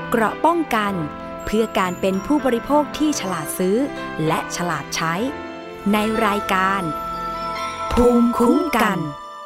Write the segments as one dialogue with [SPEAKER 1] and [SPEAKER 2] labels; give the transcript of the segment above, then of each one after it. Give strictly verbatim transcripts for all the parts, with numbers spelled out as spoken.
[SPEAKER 1] เกราะป้องกันเพื่อการเป็นผู้บริโภคที่ฉลาดซื้อและฉลาดใช้ในรายการภูมิคุ้มกัน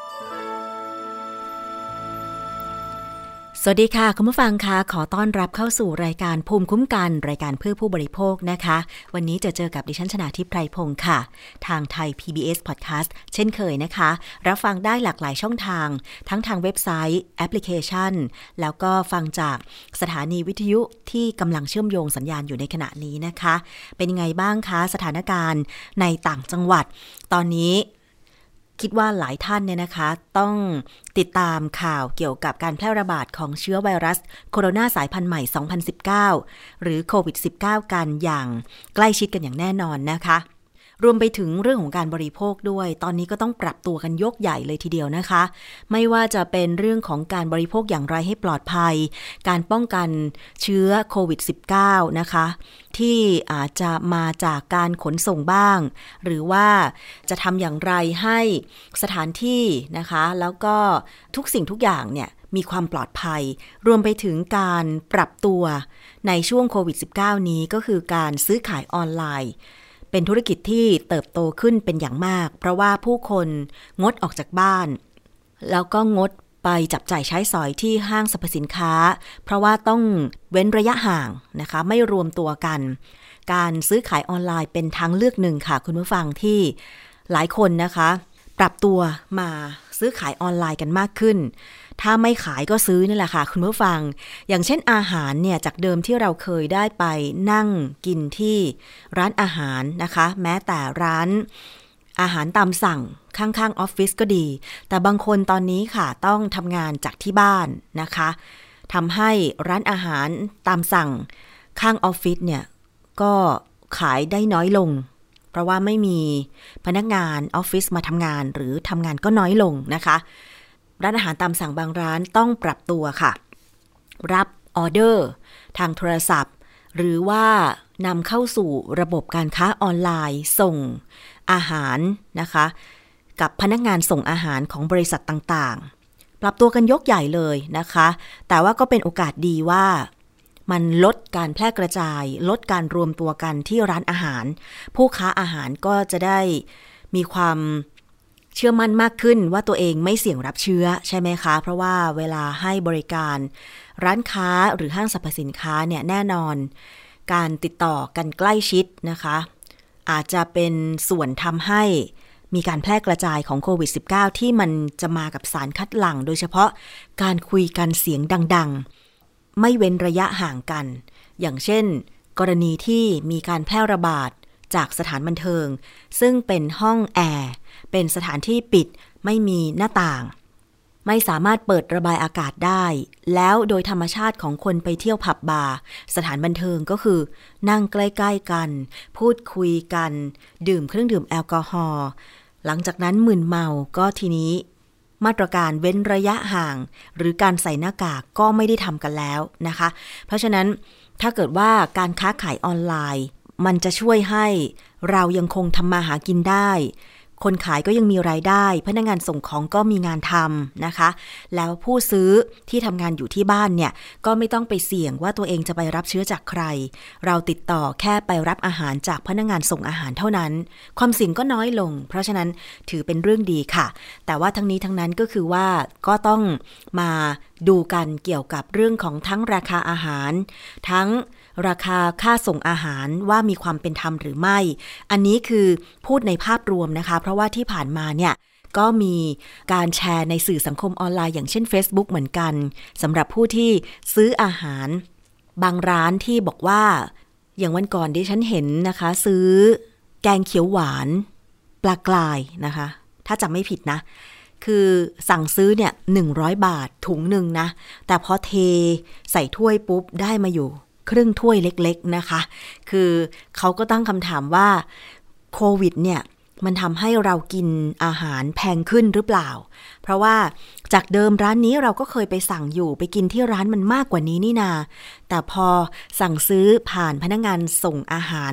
[SPEAKER 2] สวัสดีค่ะคุณผู้ฟังคะขอต้อนรับเข้าสู่รายการภูมิคุ้มกันรายการเพื่อผู้บริโภคนะคะวันนี้จะเจอกับดิฉันชนาทิพย์ไพรพงศ์ค่ะทางไทย พี บี เอส Podcast เช่นเคยนะคะรับฟังได้หลากหลายช่องทางทั้งทางเว็บไซต์แอปพลิเคชันแล้วก็ฟังจากสถานีวิทยุที่กำลังเชื่อมโยงสัญญาณอยู่ในขณะนี้นะคะเป็นยังไงบ้างคะสถานการณ์ในต่างจังหวัดตอนนี้คิดว่าหลายท่านเนี่ยนะคะต้องติดตามข่าวเกี่ยวกับการแพร่ระบาดของเชื้อไวรัสโคโรนาสายพันธุ์ใหม่ สองพันสิบเก้า หรือโควิด สิบเก้า กันอย่างใกล้ชิดกันอย่างแน่นอนนะคะรวมไปถึงเรื่องของการบริโภคด้วยตอนนี้ก็ต้องปรับตัวกันยกใหญ่เลยทีเดียวนะคะไม่ว่าจะเป็นเรื่องของการบริโภคอย่างไรให้ปลอดภัยการป้องกันเชื้อโควิด สิบเก้า นะคะที่อาจจะมาจากการขนส่งบ้างหรือว่าจะทำอย่างไรให้สถานที่นะคะแล้วก็ทุกสิ่งทุกอย่างเนี่ยมีความปลอดภัยรวมไปถึงการปรับตัวในช่วงโควิด สิบเก้า นี้ก็คือการซื้อขายออนไลน์เป็นธุรกิจที่เติบโตขึ้นเป็นอย่างมากเพราะว่าผู้คนงดออกจากบ้านแล้วก็งดไปจับจ่ายใช้สอยที่ห้างสรรพสินค้าเพราะว่าต้องเว้นระยะห่างนะคะไม่รวมตัวกันการซื้อขายออนไลน์เป็นทางเลือกหนึ่งค่ะคุณผู้ฟังที่หลายคนนะคะปรับตัวมาซื้อขายออนไลน์กันมากขึ้นถ้าไม่ขายก็ซื้อนี่แหละค่ะคุณผู้ฟังอย่างเช่นอาหารเนี่ยจากเดิมที่เราเคยได้ไปนั่งกินที่ร้านอาหารนะคะแม้แต่ร้านอาหารตามสั่งข้างๆออฟฟิศก็ดีแต่บางคนตอนนี้ค่ะต้องทำงานจากที่บ้านนะคะทำให้ร้านอาหารตามสั่งข้างออฟฟิศเนี่ยก็ขายได้น้อยลงเพราะว่าไม่มีพนักงานออฟฟิศมาทำงานหรือทำงานก็น้อยลงนะคะร้านอาหารตามสั่งบางร้านต้องปรับตัวค่ะรับออเดอร์ทางโทรศัพท์หรือว่านำเข้าสู่ระบบการค้าออนไลน์ส่งอาหารนะคะกับพนักงานส่งอาหารของบริษัทต่างๆปรับตัวกันยกใหญ่เลยนะคะแต่ว่าก็เป็นโอกาสดีว่ามันลดการแพร่กระจายลดการรวมตัวกันที่ร้านอาหารผู้ค้าอาหารก็จะได้มีความเชื่อมั่นมากขึ้นว่าตัวเองไม่เสี่ยงรับเชื้อใช่ไหมคะเพราะว่าเวลาให้บริการร้านค้าหรือห้างสรรพสินค้าเนี่ยแน่นอนการติดต่อกันใกล้ชิดนะคะอาจจะเป็นส่วนทำให้มีการแพร่กระจายของโควิด สิบเก้า ที่มันจะมากับสารคัดหลั่งโดยเฉพาะการคุยกันเสียงดังๆไม่เว้นระยะห่างกันอย่างเช่นกรณีที่มีการแพร่ระบาดจากสถานบันเทิงซึ่งเป็นห้องแอร์เป็นสถานที่ปิดไม่มีหน้าต่างไม่สามารถเปิดระบายอากาศได้แล้วโดยธรรมชาติของคนไปเที่ยวผับบาร์สถานบันเทิงก็คือนั่งใกล้ๆกันพูดคุยกันดื่มเครื่องดื่มแอลกอฮอล์หลังจากนั้นมึนเมาก็ทีนี้มาตรการเว้นระยะห่างหรือการใส่หน้ากากก็ไม่ได้ทำกันแล้วนะคะเพราะฉะนั้นถ้าเกิดว่าการค้าขายออนไลน์มันจะช่วยให้เรายังคงทำมาหากินได้คนขายก็ยังมีรายได้พนักงานส่งของก็มีงานทำนะคะแล้วผู้ซื้อที่ทำงานอยู่ที่บ้านเนี่ยก็ไม่ต้องไปเสี่ยงว่าตัวเองจะไปรับเชื้อจากใครเราติดต่อแค่ไปรับอาหารจากพนักงานส่งอาหารเท่านั้นความเสี่ยงก็น้อยลงเพราะฉะนั้นถือเป็นเรื่องดีค่ะแต่ว่าทั้งนี้ทั้งนั้นก็คือว่าก็ต้องมาดูกันเกี่ยวกับเรื่องของทั้งราคาอาหารทั้งราคาค่าส่งอาหารว่ามีความเป็นธรรมหรือไม่อันนี้คือพูดในภาพรวมนะคะเพราะว่าที่ผ่านมาเนี่ยก็มีการแชร์ในสื่อสังคมออนไลน์อย่างเช่น Facebook เหมือนกันสำหรับผู้ที่ซื้ออาหารบางร้านที่บอกว่าอย่างวันก่อนที่ฉันเห็นนะคะซื้อแกงเขียวหวานปลากรายนะคะถ้าจำไม่ผิดนะคือสั่งซื้อเนี่ยหนึ่งร้อยบาทถุงหนึ่งนะแต่พอเทใส่ถ้วยปุ๊บได้มาอยู่ครึ่งถ้วยเล็กๆนะคะคือเขาก็ตั้งคำถามว่าโควิดเนี่ยมันทำให้เรากินอาหารแพงขึ้นหรือเปล่าเพราะว่าจากเดิมร้านนี้เราก็เคยไปสั่งอยู่ไปกินที่ร้านมันมากกว่านี้นี่นาแต่พอสั่งซื้อผ่านพนักงานส่งอาหาร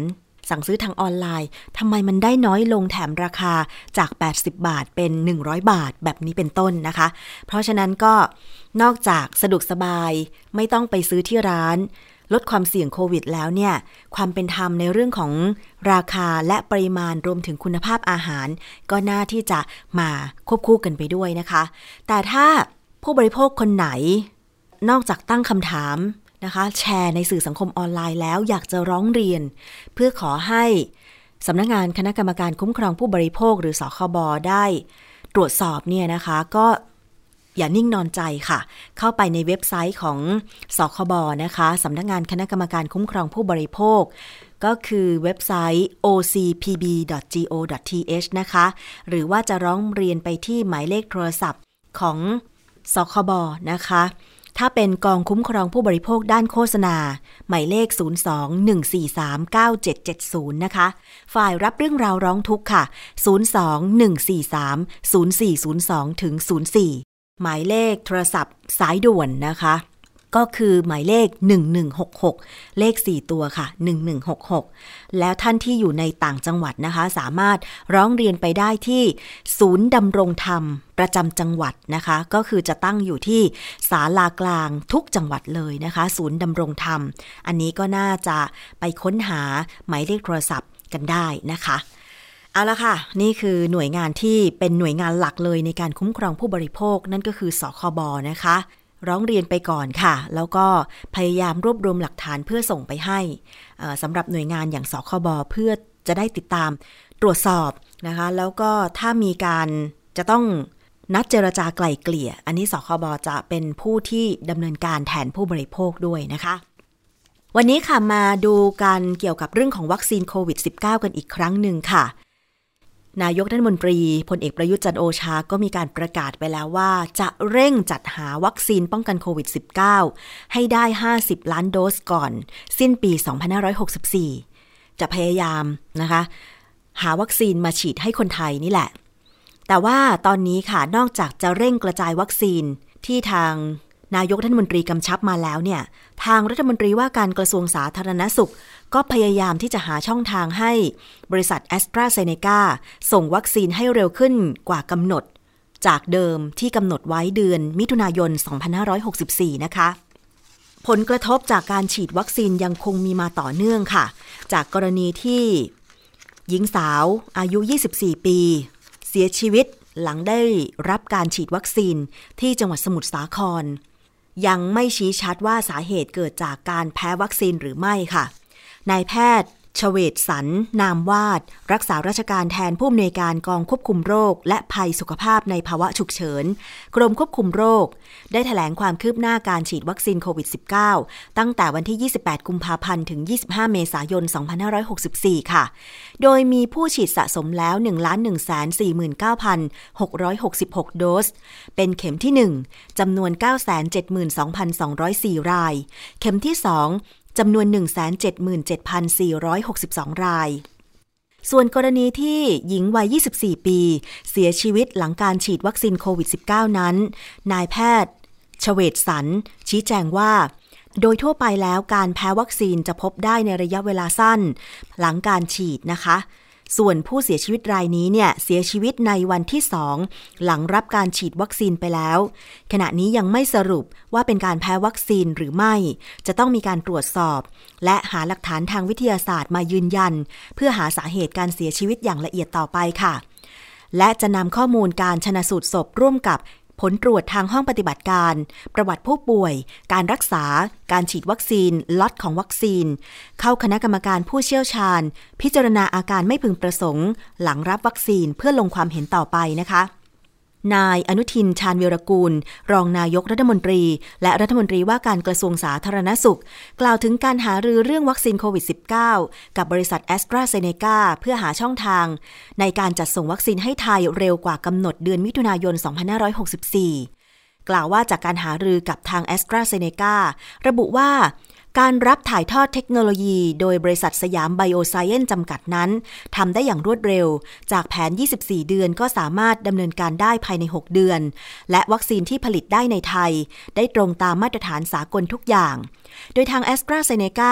[SPEAKER 2] สั่งซื้อทางออนไลน์ทำไมมันได้น้อยลงแถมราคาจากแปดสิบบาทเป็นหนึ่งร้อยบาทแบบนี้เป็นต้นนะคะเพราะฉะนั้นก็นอกจากสะดวกสบายไม่ต้องไปซื้อที่ร้านลดความเสี่ยงโควิดแล้วเนี่ยความเป็นธรรมในเรื่องของราคาและปริมาณรวมถึงคุณภาพอาหารก็น่าที่จะมาควบคู่กันไปด้วยนะคะแต่ถ้าผู้บริโภคคนไหนนอกจากตั้งคำถามนะคะแชร์ในสื่อสังคมออนไลน์แล้วอยากจะร้องเรียนเพื่อขอให้สำนักงานคณะกรรมการคุ้มครองผู้บริโภคหรือสคบได้ตรวจสอบเนี่ยนะคะก็อย่านิ่งนอนใจค่ะเข้าไปในเว็บไซต์ของสคบนะคะสำนักงานคณะกรรมการคุ้มครองผู้บริโภคก็คือเว็บไซต์ โอ ซี พี บี ดอท จี โอ ดอท ที เอช นะคะหรือว่าจะร้องเรียนไปที่หมายเลขโทรศัพท์ของสคบนะคะถ้าเป็นกองคุ้มครองผู้บริโภคด้านโฆษณาหมายเลขศูนย์ สอง หนึ่ง สี่ สาม เก้า เจ็ด เจ็ด ศูนย์นะคะฝ่ายรับเรื่องราวร้องทุกข์ค่ะศูนย์ สอง หนึ่ง สี่ สาม ศูนย์ สี่ ศูนย์ สอง ถึง ศูนย์ สี่หมายเลขโทรศัพท์สายด่วนนะคะก็คือหมายเลขหนึ่งหนึ่งหกหกเลขสี่ตัวค่ะหนึ่งหนึ่งหกหกแล้วท่านที่อยู่ในต่างจังหวัดนะคะสามารถร้องเรียนไปได้ที่ศูนย์ดำรงธรรมประจำจังหวัดนะคะก็คือจะตั้งอยู่ที่ศาลากลางทุกจังหวัดเลยนะคะศูนย์ดำรงธรรมอันนี้ก็น่าจะไปค้นหาหมายเลขโทรศัพท์กันได้นะคะเอาละค่ะนี่คือหน่วยงานที่เป็นหน่วยงานหลักเลยในการคุ้มครองผู้บริโภคนั่นก็คือสคบนะคะร้องเรียนไปก่อนค่ะแล้วก็พยายามรวบรวมหลักฐานเพื่อส่งไปให้สำหรับหน่วยงานอย่างสคบเพื่อจะได้ติดตามตรวจสอบนะคะแล้วก็ถ้ามีการจะต้องนัดเจรจาไกล่เกลี่ยอันนี้สคบจะเป็นผู้ที่ดำเนินการแทนผู้บริโภคด้วยนะคะวันนี้ค่ะมาดูกันเกี่ยวกับเรื่องของวัคซีนโควิด สิบเก้า กันอีกครั้งหนึ่งค่ะนายกรัฐมนตรีพลเอกประยุทธ์จันทร์โอชาก็มีการประกาศไปแล้วว่าจะเร่งจัดหาวัคซีนป้องกันโควิด สิบเก้า ให้ได้ห้าสิบล้านโดสก่อนสิ้นปีสองพันห้าร้อยหกสิบสี่จะพยายามนะคะหาวัคซีนมาฉีดให้คนไทยนี่แหละแต่ว่าตอนนี้ค่ะนอกจากจะเร่งกระจายวัคซีนที่ทางนายกรัฐมนตรีกำชับมาแล้วเนี่ยทางรัฐมนตรีว่าการกระทรวงสาธารณสุขก็พยายามที่จะหาช่องทางให้บริษัท AstraZeneca ส่งวัคซีนให้เร็วขึ้นกว่ากำหนดจากเดิมที่กำหนดไว้เดือนมิถุนายนสองพันห้าร้อยหกสิบสี่นะคะผลกระทบจากการฉีดวัคซีนยังคงมีมาต่อเนื่องค่ะจากกรณีที่หญิงสาวอายุยี่สิบสี่ปีเสียชีวิตหลังได้รับการฉีดวัคซีนที่จังหวัดสมุทรสาครยังไม่ชี้ชัดว่าสาเหตุเกิดจากการแพ้วัคซีนหรือไม่ค่ะนายแพทย์ชเวชสันนามวาดรักษาราชการแทนผู้อำนวยการกองควบคุมโรคและภัยสุขภาพในภาวะฉุกเฉินกรมควบคุมโรคได้แถลงความคืบหน้าการฉีดวัคซีนโควิด สิบเก้า ตั้งแต่วันที่ยี่สิบแปดกุมภาพันธ์ถึงยี่สิบห้าเมษายนสองพันห้าร้อยหกสิบสี่ค่ะโดยมีผู้ฉีดสะสมแล้ว หนึ่งล้าน หนึ่งแสนสี่หมื่นเก้าพันหกร้อยหกสิบหก โดสเป็นเข็มที่หนึ่งจำนวน เก้าแสนเจ็ดหมื่นสองพันสองร้อยสี่ รายเข็มที่สองจำนวน หนึ่งแสนเจ็ดหมื่นเจ็ดพันสี่ร้อยหกสิบสอง รายส่วนกรณีที่หญิงวัยยี่สิบสี่ปีเสียชีวิตหลังการฉีดวัคซีนโควิด สิบเก้า นั้นนายแพทย์ชเวชสันชี้แจงว่าโดยทั่วไปแล้วการแพ้วัคซีนจะพบได้ในระยะเวลาสั้นหลังการฉีดนะคะส่วนผู้เสียชีวิตรายนี้เนี่ยเสียชีวิตในวันที่สองหลังรับการฉีดวัคซีนไปแล้วขณะนี้ยังไม่สรุปว่าเป็นการแพ้วัคซีนหรือไม่จะต้องมีการตรวจสอบและหาหลักฐานทางวิทยาศาสตร์มายืนยันเพื่อหาสาเหตุการเสียชีวิตอย่างละเอียดต่อไปค่ะและจะนำข้อมูลการชันสูตรศพร่วมกับผลตรวจทางห้องปฏิบัติการประวัติผู้ป่วยการรักษาการฉีดวัคซีนล็อตของวัคซีนเข้าคณะกรรมการผู้เชี่ยวชาญพิจารณาอาการไม่พึงประสงค์หลังรับวัคซีนเพื่อลงความเห็นต่อไปนะคะนายอนุทินชาญวีรกูลรองนายกรัฐมนตรีและรัฐมนตรีว่าการกระทรวงสาธารณสุขกล่าวถึงการหารือเรื่องวัคซีนโควิด สิบเก้า กับบริษัท AstraZeneca เพื่อหาช่องทางในการจัดส่งวัคซีนให้ไทยเร็วกว่ากำหนดเดือนมิถุนายนสองพันห้าร้อยหกสิบสี่กล่าวว่าจากการหารือกับทาง AstraZeneca ระบุว่าการรับถ่ายทอดเทคโนโลยีโดยบริษัทสยามไบโอไซเอนซ์จำกัดนั้นทำได้อย่างรวดเร็วจากแผนยี่สิบสี่เดือนก็สามารถดำเนินการได้ภายในหกเดือนและวัคซีนที่ผลิตได้ในไทยได้ตรงตามมาตรฐานสากลทุกอย่างโดยทาง AstraZeneca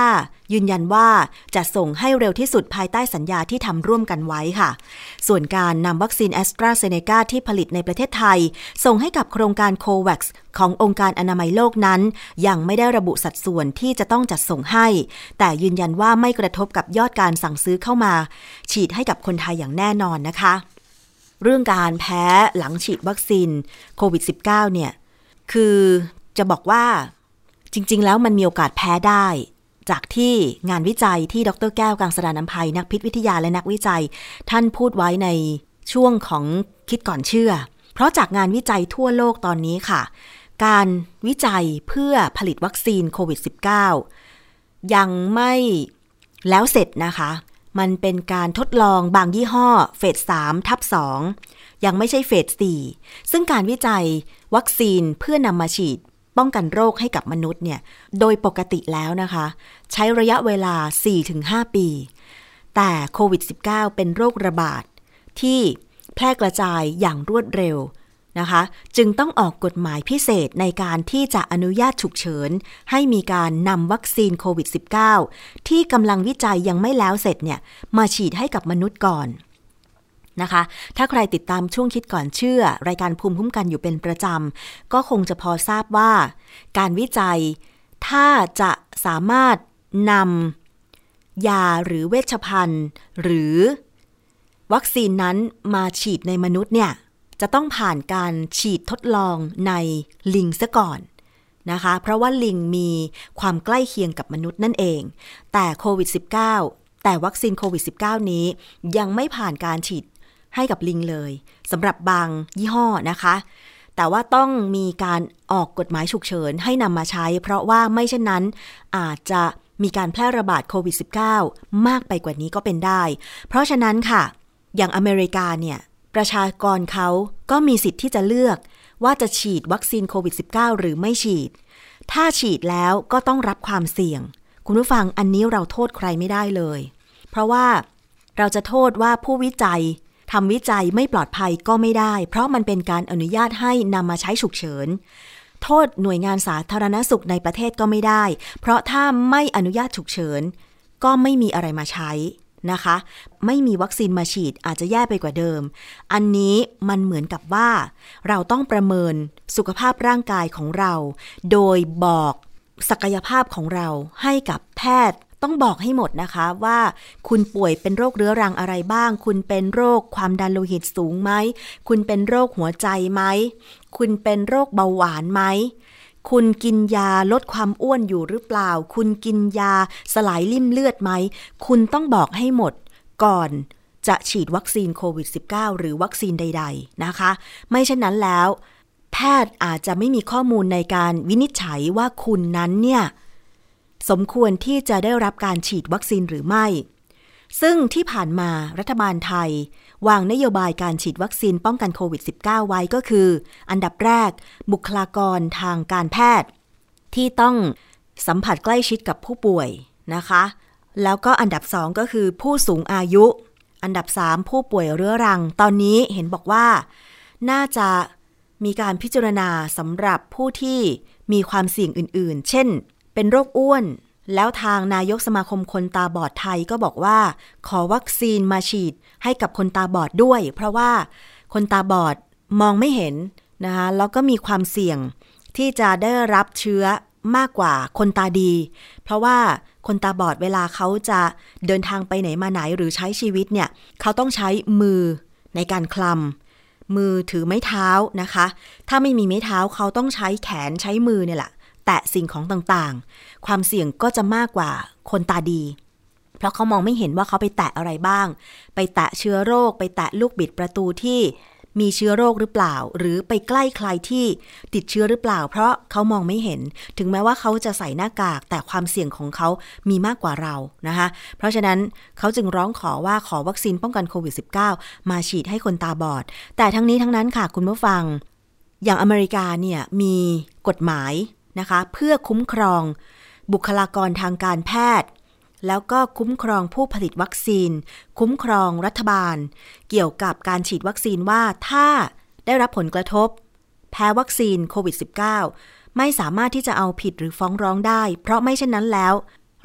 [SPEAKER 2] ยืนยันว่าจะส่งให้เร็วที่สุดภายใต้สัญญาที่ทำร่วมกันไว้ค่ะส่วนการนำวัคซีนแอสตราเซเนกาที่ผลิตในประเทศไทยส่งให้กับโครงการโควัคซ์ขององค์การอนามัยโลกนั้นยังไม่ได้ระบุสัดส่วนที่จะต้องจัดส่งให้แต่ยืนยันว่าไม่กระทบกับยอดการสั่งซื้อเข้ามาฉีดให้กับคนไทยอย่างแน่นอนนะคะเรื่องการแพ้หลังฉีดวัคซีนโควิด สิบเก้า เนี่ยคือจะบอกว่าจริงๆแล้วมันมีโอกาสแพ้ได้จากที่งานวิจัยที่ดร.แก้วกังสดาลอำไพนักพิษวิทยาและนักวิจัยท่านพูดไว้ในช่วงของคิดก่อนเชื่อเพราะจากงานวิจัยทั่วโลกตอนนี้ค่ะการวิจัยเพื่อผลิตวัคซีนโควิด สิบเก้า ยังไม่แล้วเสร็จนะคะมันเป็นการทดลองบางยี่ห้อเฟส สาม ทับ สอง ยังไม่ใช่เฟส สี่ ซึ่งการวิจัยวัคซีนเพื่อนำมาฉีดป้องกันโรคให้กับมนุษย์เนี่ยโดยปกติแล้วนะคะใช้ระยะเวลา สี่ถึงห้า ปีแต่โควิด สิบเก้า เป็นโรคระบาดที่แพร่กระจายอย่างรวดเร็วนะคะจึงต้องออกกฎหมายพิเศษในการที่จะอนุญาตฉุกเฉินให้มีการนำวัคซีนโควิด สิบเก้า ที่กำลังวิจัยยังไม่แล้วเสร็จเนี่ยมาฉีดให้กับมนุษย์ก่อนนะคะถ้าใครติดตามช่วงคิดก่อนเชื่อรายการภูมิคุ้มกันอยู่เป็นประจำก็คงจะพอทราบว่าการวิจัยถ้าจะสามารถนำยาหรือเวชภัณฑ์หรือวัคซีนนั้นมาฉีดในมนุษย์เนี่ยจะต้องผ่านการฉีดทดลองในลิงซะก่อนนะคะเพราะว่าลิงมีความใกล้เคียงกับมนุษย์นั่นเองแต่โควิด สิบเก้า แต่วัคซีนโควิด สิบเก้า นี้ยังไม่ผ่านการฉีดให้กับลิงเลยสำหรับบางยี่ห้อนะคะแต่ว่าต้องมีการออกกฎหมายฉุกเฉินให้นำมาใช้เพราะว่าไม่เช่นนั้นอาจจะมีการแพร่ระบาดโควิด สิบเก้า มากไปกว่านี้ก็เป็นได้เพราะฉะนั้นค่ะอย่างอเมริกาเนี่ยประชากรเขาก็มีสิทธิ์ที่จะเลือกว่าจะฉีดวัคซีนโควิด สิบเก้า หรือไม่ฉีดถ้าฉีดแล้วก็ต้องรับความเสี่ยงคุณผู้ฟังอันนี้เราโทษใครไม่ได้เลยเพราะว่าเราจะโทษว่าผู้วิจัยทำวิจัยไม่ปลอดภัยก็ไม่ได้เพราะมันเป็นการอนุญาตให้นำมาใช้ฉุกเฉินโทษหน่วยงานสาธารณสุขในประเทศก็ไม่ได้เพราะถ้าไม่อนุญาตฉุกเฉินก็ไม่มีอะไรมาใช้นะคะไม่มีวัคซีนมาฉีดอาจจะแย่ไปกว่าเดิมอันนี้มันเหมือนกับว่าเราต้องประเมินสุขภาพร่างกายของเราโดยบอกศักยภาพของเราให้กับแพทย์ต้องบอกให้หมดนะคะว่าคุณป่วยเป็นโรคเรื้อรังอะไรบ้างคุณเป็นโรคความดันโลหิตสูงไหมคุณเป็นโรคหัวใจไหมคุณเป็นโรคเบาหวานไหมคุณกินยาลดความอ้วนอยู่หรือเปล่าคุณกินยาสลายลิ่มเลือดไหมคุณต้องบอกให้หมดก่อนจะฉีดวัคซีนโควิด สิบเก้า หรือวัคซีนใดๆนะคะไม่เช่นนั้นแล้วแพทย์อาจจะไม่มีข้อมูลในการวินิจฉัยว่าคุณนั้นเนี่ยสมควรที่จะได้รับการฉีดวัคซีนหรือไม่ซึ่งที่ผ่านมารัฐบาลไทยวางนโยบายการฉีดวัคซีนป้องกันโควิด สิบเก้า ไว้ก็คืออันดับแรกบุคลากรทางการแพทย์ที่ต้องสัมผัสใกล้ชิดกับผู้ป่วยนะคะแล้วก็อันดับสองก็คือผู้สูงอายุอันดับสามผู้ป่วยเรื้อรังตอนนี้เห็นบอกว่าน่าจะมีการพิจารณาสำหรับผู้ที่มีความเสี่ยงอื่นๆเช่นเป็นโรคอ้วนแล้วทางนายกสมาคมคนตาบอดไทยก็บอกว่าขอวัคซีนมาฉีดให้กับคนตาบอดด้วยเพราะว่าคนตาบอดมองไม่เห็นนะคะแล้วก็มีความเสี่ยงที่จะได้รับเชื้อมากกว่าคนตาดีเพราะว่าคนตาบอดเวลาเขาจะเดินทางไปไหนมาไหนหรือใช้ชีวิตเนี่ยเขาต้องใช้มือในการคลำมือถือไม้เท้านะคะถ้าไม่มีไม้เท้าเขาต้องใช้แขนใช้มือเนี่ยแหละแตะสิ่งของต่างๆความเสี่ยงก็จะมากกว่าคนตาดีเพราะเขามองไม่เห็นว่าเขาไปแตะอะไรบ้างไปแตะเชื้อโรคไปแตะลูกบิดประตูที่มีเชื้อโรคหรือเปล่าหรือไปใกล้ใครที่ติดเชื้อหรือเปล่าเพราะเขามองไม่เห็นถึงแม้ว่าเขาจะใส่หน้ากากแต่ความเสี่ยงของเขามีมากกว่าเรานะคะเพราะฉะนั้นเขาจึงร้องขอว่าขอวัคซีนป้องกันโควิด สิบเก้า มาฉีดให้คนตาบอดแต่ทั้งนี้ทั้งนั้นค่ะคุณผู้ฟังอย่างอเมริกาเนี่ยมีกฎหมายนะคะเพื่อคุ้มครองบุคลากรทางการแพทย์แล้วก็คุ้มครองผู้ผลิตวัคซีนคุ้มครองรัฐบาลเกี่ยวกับการฉีดวัคซีนว่าถ้าได้รับผลกระทบแพ้วัคซีนโควิด สิบเก้า ไม่สามารถที่จะเอาผิดหรือฟ้องร้องได้เพราะไม่เช่นนั้นแล้ว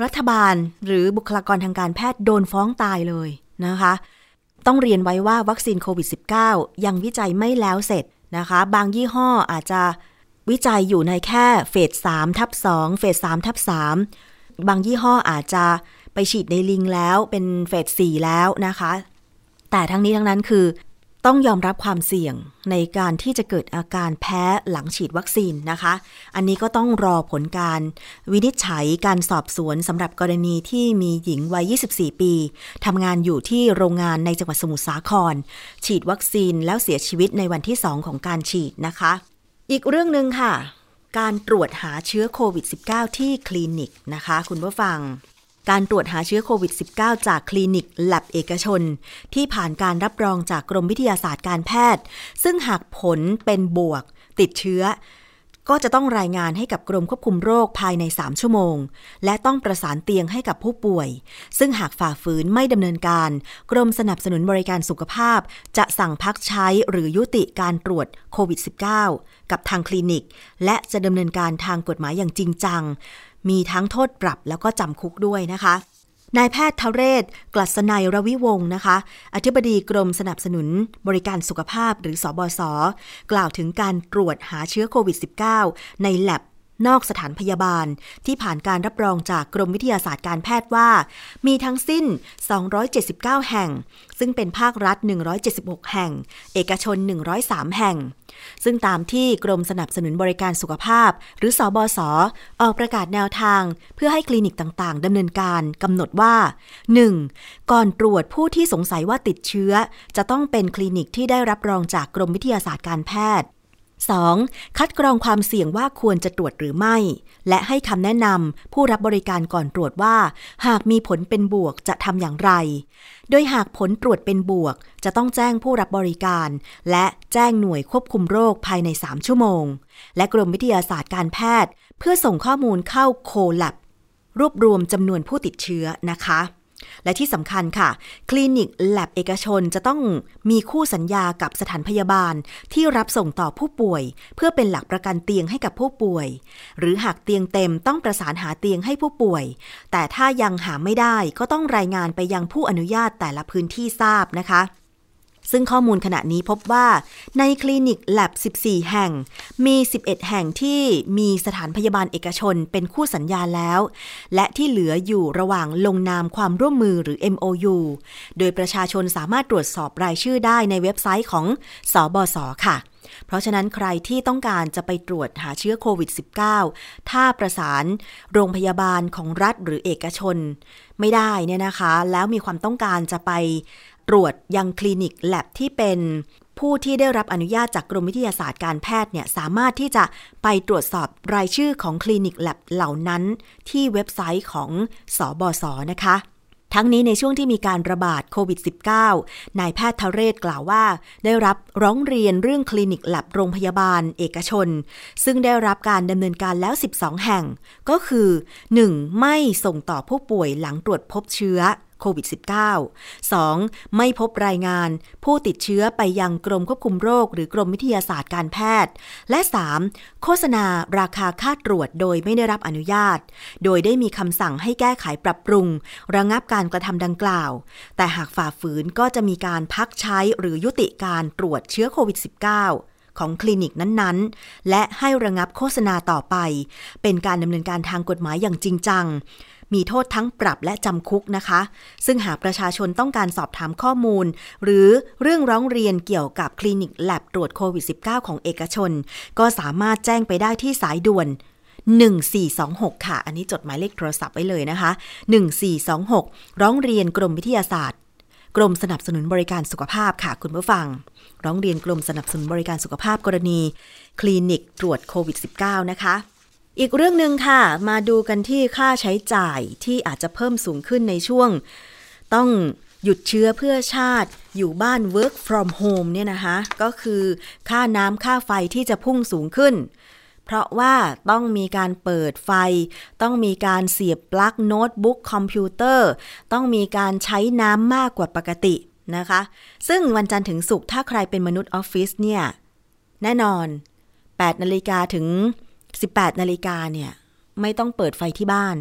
[SPEAKER 2] รัฐบาลหรือบุคลากรทางการแพทย์โดนฟ้องตายเลยนะคะต้องเรียนไว้ว่าวัคซีนโควิด สิบเก้า ยังวิจัยไม่แล้วเสร็จนะคะบางยี่ห้ออาจจะวิจัยอยู่ในแค่เฟส สาม ทับ สอง เฟส สาม ทับ สาม บางยี่ห้ออาจจะไปฉีดในลิงแล้วเป็นเฟส สี่ แล้วนะคะแต่ทั้งนี้ทั้งนั้นคือต้องยอมรับความเสี่ยงในการที่จะเกิดอาการแพ้หลังฉีดวัคซีนนะคะอันนี้ก็ต้องรอผลการวินิจฉัยการสอบสวนสำหรับกรณีที่มีหญิงวัยยี่สิบสี่ปีทำงานอยู่ที่โรงงานในจังหวัดสมุทรสาครฉีดวัคซีนแล้วเสียชีวิตในวันที่สองของการฉีดนะคะอีกเรื่องนึงค่ะการตรวจหาเชื้อโควิด สิบเก้า ที่คลินิกนะคะคุณผู้ฟังการตรวจหาเชื้อโควิด สิบเก้า จากคลินิก lab เอกชนที่ผ่านการรับรองจากกรมวิทยาศาสตร์การแพทย์ซึ่งหากผลเป็นบวกติดเชื้อก็จะต้องรายงานให้กับกรมควบคุมโรคภายในสามชั่วโมงและต้องประสานเตียงให้กับผู้ป่วยซึ่งหากฝ่าฝืนไม่ดำเนินการกรมสนับสนุนบริการสุขภาพจะสั่งพักใช้หรือยุติการตรวจโควิด สิบเก้า กับทางคลินิกและจะดำเนินการทางกฎหมายอย่างจริงจังมีทั้งโทษปรับแล้วก็จำคุกด้วยนะคะนายแพทย์ทเรศกลัษณัยรวิวงศ์นะคะอธิบดีกรมสนับสนุนบริการสุขภาพหรือสบศกล่าวถึงการตรวจหาเชื้อโควิด สิบเก้า ใน lab นอกสถานพยาบาลที่ผ่านการรับรองจากกรมวิทยาศาสตร์การแพทย์ว่ามีทั้งสิ้นสองร้อยเจ็ดสิบเก้าแห่งซึ่งเป็นภาครัฐหนึ่งร้อยเจ็ดสิบหกแห่งเอกชนหนึ่งร้อยสามแห่งซึ่งตามที่กรมสนับสนุนบริการสุขภาพหรือสบศออกประกาศแนวทางเพื่อให้คลินิกต่างๆดำเนินการกำหนดว่า หนึ่ง ก่อนตรวจผู้ที่สงสัยว่าติดเชื้อจะต้องเป็นคลินิกที่ได้รับรองจากกรมวิทยาศาสตร์การแพทย์สอง คัดกรองความเสี่ยงว่าควรจะตรวจหรือไม่และให้คำแนะนำผู้รับบริการก่อนตรวจว่าหากมีผลเป็นบวกจะทำอย่างไรโดยหากผลตรวจเป็นบวกจะต้องแจ้งผู้รับบริการและแจ้งหน่วยควบคุมโรคภายในสามชั่วโมงและกรมวิทยาศาสตร์การแพทย์เพื่อส่งข้อมูลเข้าโคแลบรวบรวมจำนวนผู้ติดเชื้อนะคะและที่สำคัญค่ะคลินิก lab เอกชนจะต้องมีคู่สัญญากับสถานพยาบาลที่รับส่งต่อผู้ป่วยเพื่อเป็นหลักประกันเตียงให้กับผู้ป่วยหรือหากเตียงเต็มต้องประสานหาเตียงให้ผู้ป่วยแต่ถ้ายังหาไม่ได้ก็ต้องรายงานไปยังผู้อนุญาตแต่ละพื้นที่ทราบนะคะซึ่งข้อมูลขณะนี้พบว่าในคลินิก lab สิบสี่แห่งมีสิบเอ็ดแห่งที่มีสถานพยาบาลเอกชนเป็นคู่สัญญาแล้วและที่เหลืออยู่ระหว่างลงนามความร่วมมือหรือ เอ็ม โอ ยู โดยประชาชนสามารถตรวจสอบรายชื่อได้ในเว็บไซต์ของสบศค่ะเพราะฉะนั้นใครที่ต้องการจะไปตรวจหาเชื้อโควิด สิบเก้า ถ้าประสานโรงพยาบาลของรัฐหรือเอกชนไม่ได้เนี่ยนะคะแล้วมีความต้องการจะไปตรวจยังคลินิก lab ที่เป็นผู้ที่ได้รับอนุญาตจากกรมวิทยาศาสตร์การแพทย์เนี่ยสามารถที่จะไปตรวจสอบรายชื่อของคลินิก lab เหล่านั้นที่เว็บไซต์ของสบศนะคะทั้งนี้ในช่วงที่มีการระบาดโควิด สิบเก้า นายแพทย์ทเรศกล่าวว่าได้รับร้องเรียนเรื่องคลินิก lab โรงพยาบาลเอกชนซึ่งได้รับการดำเนินการแล้วสิบสองแห่งก็คือ หนึ่ง ไม่ส่งต่อผู้ป่วยหลังตรวจพบเชื้อโควิด สิบเก้า สอง ไม่พบรายงานผู้ติดเชื้อไปยังกรมควบคุมโรคหรือกรมวิทยาศาสตร์การแพทย์และ สาม โฆษณาราคาค่าตรวจโดยไม่ได้รับอนุญาตโดยได้มีคำสั่งให้แก้ไขปรับปรุงระงับการกระทำดังกล่าวแต่หากฝ่าฝืนก็จะมีการพักใช้หรือยุติการตรวจเชื้อโควิด สิบเก้า ของคลินิกนั้นๆและให้ระงับโฆษณาต่อไปเป็นการดำเนินการทางกฎหมายอย่างจริงจังมีโทษทั้งปรับและจำคุกนะคะซึ่งหากประชาชนต้องการสอบถามข้อมูลหรือเรื่องร้องเรียนเกี่ยวกับคลินิก lab ตรวจโควิด สิบเก้า ของเอกชนก็สามารถแจ้งไปได้ที่สายด่วนหนึ่งสี่สองหกค่ะอันนี้จดหมายเลขโทรศัพท์ไว้เลยนะคะหนึ่งสี่สองหกร้องเรียนกรมวิทยาศาสตร์กรมสนับสนุนบริการสุขภาพค่ะคุณผู้ฟังร้องเรียนกรมสนับสนุนบริการสุขภาพกรณีคลินิกตรวจโควิด สิบเก้า นะคะอีกเรื่องนึงค่ะมาดูกันที่ค่าใช้จ่ายที่อาจจะเพิ่มสูงขึ้นในช่วงต้องหยุดเชื้อเพื่อชาติอยู่บ้าน work from home เนี่ยนะคะก็คือค่าน้ำค่าไฟที่จะพุ่งสูงขึ้นเพราะว่าต้องมีการเปิดไฟต้องมีการเสียบปลั๊กโน้ตบุ๊กคอมพิวเตอร์ต้องมีการใช้น้ำมากกว่าปกตินะคะซึ่งวันจันทร์ถึงศุกร์ถ้าใครเป็นมนุษย์ออฟฟิศเนี่ยแน่นอน แปดนาฬิกาถึงสิบแปดนาฬิกาเนี่ยไม่ต้องเปิดไฟที่บ้าน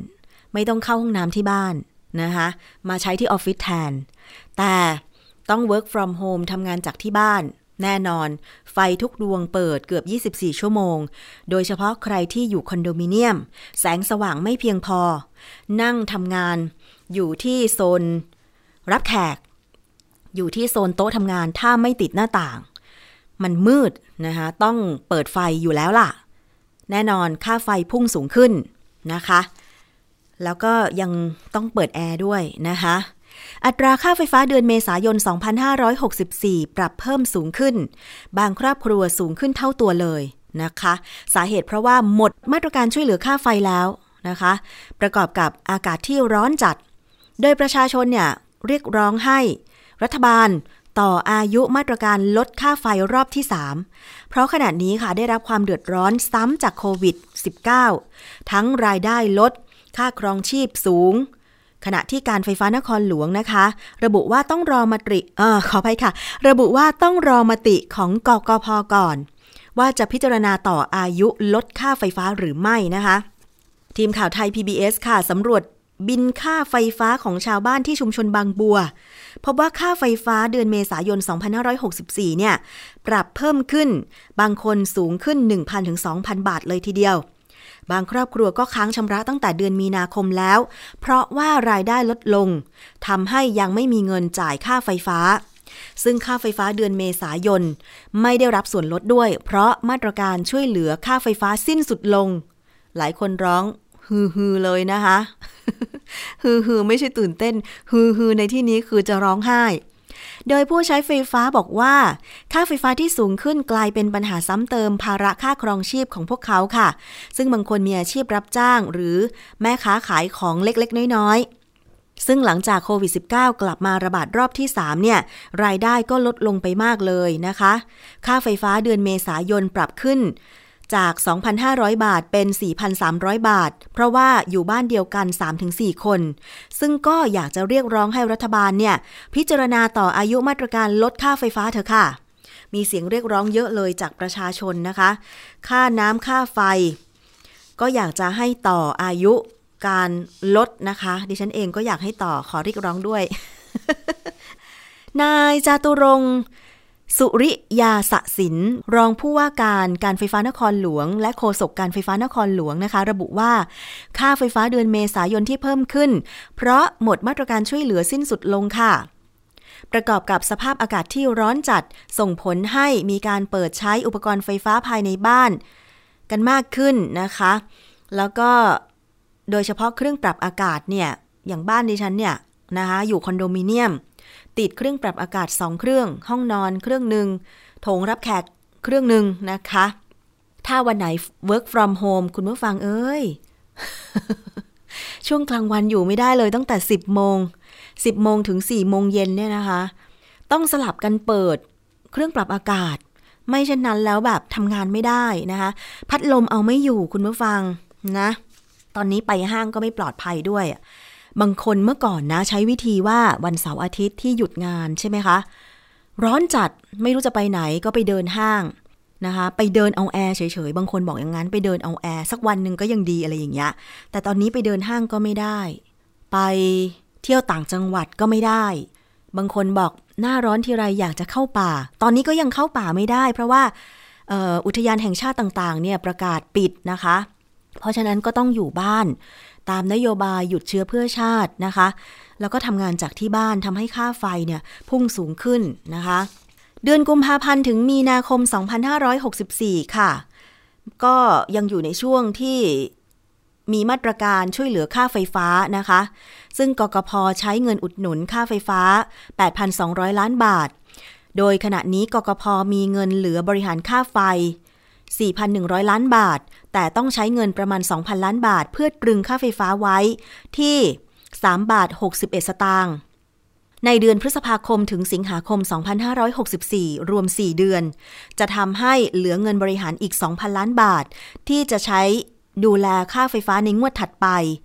[SPEAKER 2] ไม่ต้องเข้าห้องน้ำที่บ้านนะคะมาใช้ที่ออฟฟิศแทนแต่ต้อง work from home ทำงานจากที่บ้านแน่นอนไฟทุกดวงเปิดเกือบยี่สิบสี่ชั่วโมงโดยเฉพาะใครที่อยู่คอนโดมิเนียมแสงสว่างไม่เพียงพอนั่งทำงานอยู่ที่โซนรับแขกอยู่ที่โซนโต๊ะทำงานถ้าไม่ติดหน้าต่างมันมืดนะคะต้องเปิดไฟอยู่แล้วล่ะแน่นอนค่าไฟพุ่งสูงขึ้นนะคะแล้วก็ยังต้องเปิดแอร์ด้วยนะคะอัตราค่าไฟฟ้าเดือนเมษายนสองพันห้าร้อยหกสิบสี่ปรับเพิ่มสูงขึ้นบางครอบครัวสูงขึ้นเท่าตัวเลยนะคะสาเหตุเพราะว่าหมดมาตรการช่วยเหลือค่าไฟแล้วนะคะประกอบกับอากาศที่ร้อนจัดโดยประชาชนเนี่ยเรียกร้องให้รัฐบาลต่ออายุมาตรการลดค่าไฟรอบที่สามเพราะขณะนี้ค่ะได้รับความเดือดร้อนซ้ำจากโควิด สิบเก้า ทั้งรายได้ลดค่าครองชีพสูงขณะที่การไฟฟ้านครหลวงนะคะระบุว่าต้องรอมติเอ่อขออภัยค่ะระบุว่าต้องรอมติของกกพ.ก่อนว่าจะพิจารณาต่ออายุลดค่าไฟฟ้าหรือไม่นะคะทีมข่าวไทย พี บี เอส ค่ะสำรวจบินค่าไฟฟ้าของชาวบ้านที่ชุมชนบางบัวพบว่าค่าไฟฟ้าเดือนเมษายนสองพันห้าร้อยหกสิบสี่เนี่ยปรับเพิ่มขึ้นบางคนสูงขึ้น หนึ่งพัน ถึง สองพัน บาทเลยทีเดียวบางครอบครัวก็ค้างชำระตั้งแต่เดือนมีนาคมแล้วเพราะว่ารายได้ลดลงทำให้ยังไม่มีเงินจ่ายค่าไฟฟ้าซึ่งค่าไฟฟ้าเดือนเมษายนไม่ได้รับส่วนลดด้วยเพราะมาตรการช่วยเหลือค่าไฟฟ้าสิ้นสุดลงหลายคนร้องฮือฮือเลยนะคะฮือฮือไม่ใช่ตื่นเต้นฮือฮือในที่นี้คือจะร้องไห้โดยผู้ใช้ไฟฟ้าบอกว่าค่าไฟฟ้าที่สูงขึ้นกลายเป็นปัญหาซ้ำเติมภาระค่าครองชีพของพวกเขาค่ะซึ่งบางคนมีอาชีพรับจ้างหรือแม่ค้าขายของเล็กๆน้อยๆซึ่งหลังจากโควิด สิบเก้า กลับมาระบาดรอบที่สามเนี่ยรายได้ก็ลดลงไปมากเลยนะคะค่าไฟฟ้าเดือนเมษายนปรับขึ้นจาก สองพันห้าร้อย บาทเป็น สี่พันสามร้อย บาทเพราะว่าอยู่บ้านเดียวกัน สามถึงสี่ คนซึ่งก็อยากจะเรียกร้องให้รัฐบาลเนี่ยพิจารณาต่ออายุมาตรการลดค่าไฟฟ้าเถอะค่ะมีเสียงเรียกร้องเยอะเลยจากประชาชนนะคะค่าน้ำค่าไฟก็อยากจะให้ต่ออายุการลดนะคะดิฉันเองก็อยากให้ต่อขอเรียกร้องด้วย นายจาตุรงค์สุริยาสสินรองผู้ว่าการการไฟฟ้านครหลวงและโฆษกการไฟฟ้านครหลวงนะคะระบุว่าค่าไฟฟ้าเดือนเมษายนที่เพิ่มขึ้นเพราะหมดมาตรการช่วยเหลือสิ้นสุดลงค่ะประกอบกับสภาพอากาศที่ร้อนจัดส่งผลให้มีการเปิดใช้อุปกรณ์ไฟฟ้าภายในบ้านกันมากขึ้นนะคะแล้วก็โดยเฉพาะเครื่องปรับอากาศเนี่ยอย่างบ้านดิฉันเนี่ยนะคะอยู่คอนโดมิเนียมติดเครื่องปรับอากาศสองเครื่องห้องนอนเครื่องนึงโถงรับแขกเครื่องนึงนะคะถ้าวันไหน work from home คุณผู้ฟังเอ้ย ช่วงกลางวันอยู่ไม่ได้เลยตั้งแต่สิบโมงสิบโมงถึงสี่โมงเย็นเนี่ยนะคะต้องสลับกันเปิดเครื่องปรับอากาศไม่เช่นนั้นแล้วแบบทำงานไม่ได้นะคะพัดลมเอาไม่อยู่คุณผู้ฟังนะตอนนี้ไปห้างก็ไม่ปลอดภัยด้วยบางคนเมื่อก่อนนะใช้วิธีว่าวันเสาร์อาทิตย์ที่หยุดงานใช่ไหมคะร้อนจัดไม่รู้จะไปไหนก็ไปเดินห้างนะคะไปเดินเอาแอร์เฉยๆบางคนบอกอย่างนั้นไปเดินเอาแอร์สักวันหนึ่งก็ยังดีอะไรอย่างเงี้ยแต่ตอนนี้ไปเดินห้างก็ไม่ได้ไปเที่ยวต่างจังหวัดก็ไม่ได้บางคนบอกหน้าร้อนทีไรอยากจะเข้าป่าตอนนี้ก็ยังเข้าป่าไม่ได้เพราะว่าเอ่ออุทยานแห่งชาติต่างๆเนี่ยประกาศปิดนะคะเพราะฉะนั้นก็ต้องอยู่บ้านตามนโยบายหยุดเชื้อเพื่อชาตินะคะแล้วก็ทำงานจากที่บ้านทำให้ค่าไฟเนี่ยพุ่งสูงขึ้นนะคะเดือนกุมภาพันธ์ถึงมีนาคมสองพันห้าร้อยหกสิบสี่ค่ะก็ยังอยู่ในช่วงที่มีมาตรการช่วยเหลือค่าไฟฟ้านะคะซึ่งกกพ.ใช้เงินอุดหนุนค่าไฟฟ้า แปดพันสองร้อย ล้านบาทโดยขณะนี้กกพ.มีเงินเหลือบริหารค่าไฟ สี่พันหนึ่งร้อย ล้านบาทแต่ต้องใช้เงินประมาณ สองพัน ล้านบาทเพื่อตรึงค่าไฟฟ้าไว้ที่สามบาทหกสิบเอ็ดสตางค์ในเดือนพฤษภาคมถึงสิงหาคมสองพันห้าร้อยหกสิบสี่รวมสี่เดือนจะทำให้เหลือเงินบริหารอีก สองพัน ล้านบาทที่จะใช้ดูแลค่าไฟฟ้าในงวดถัดไปพ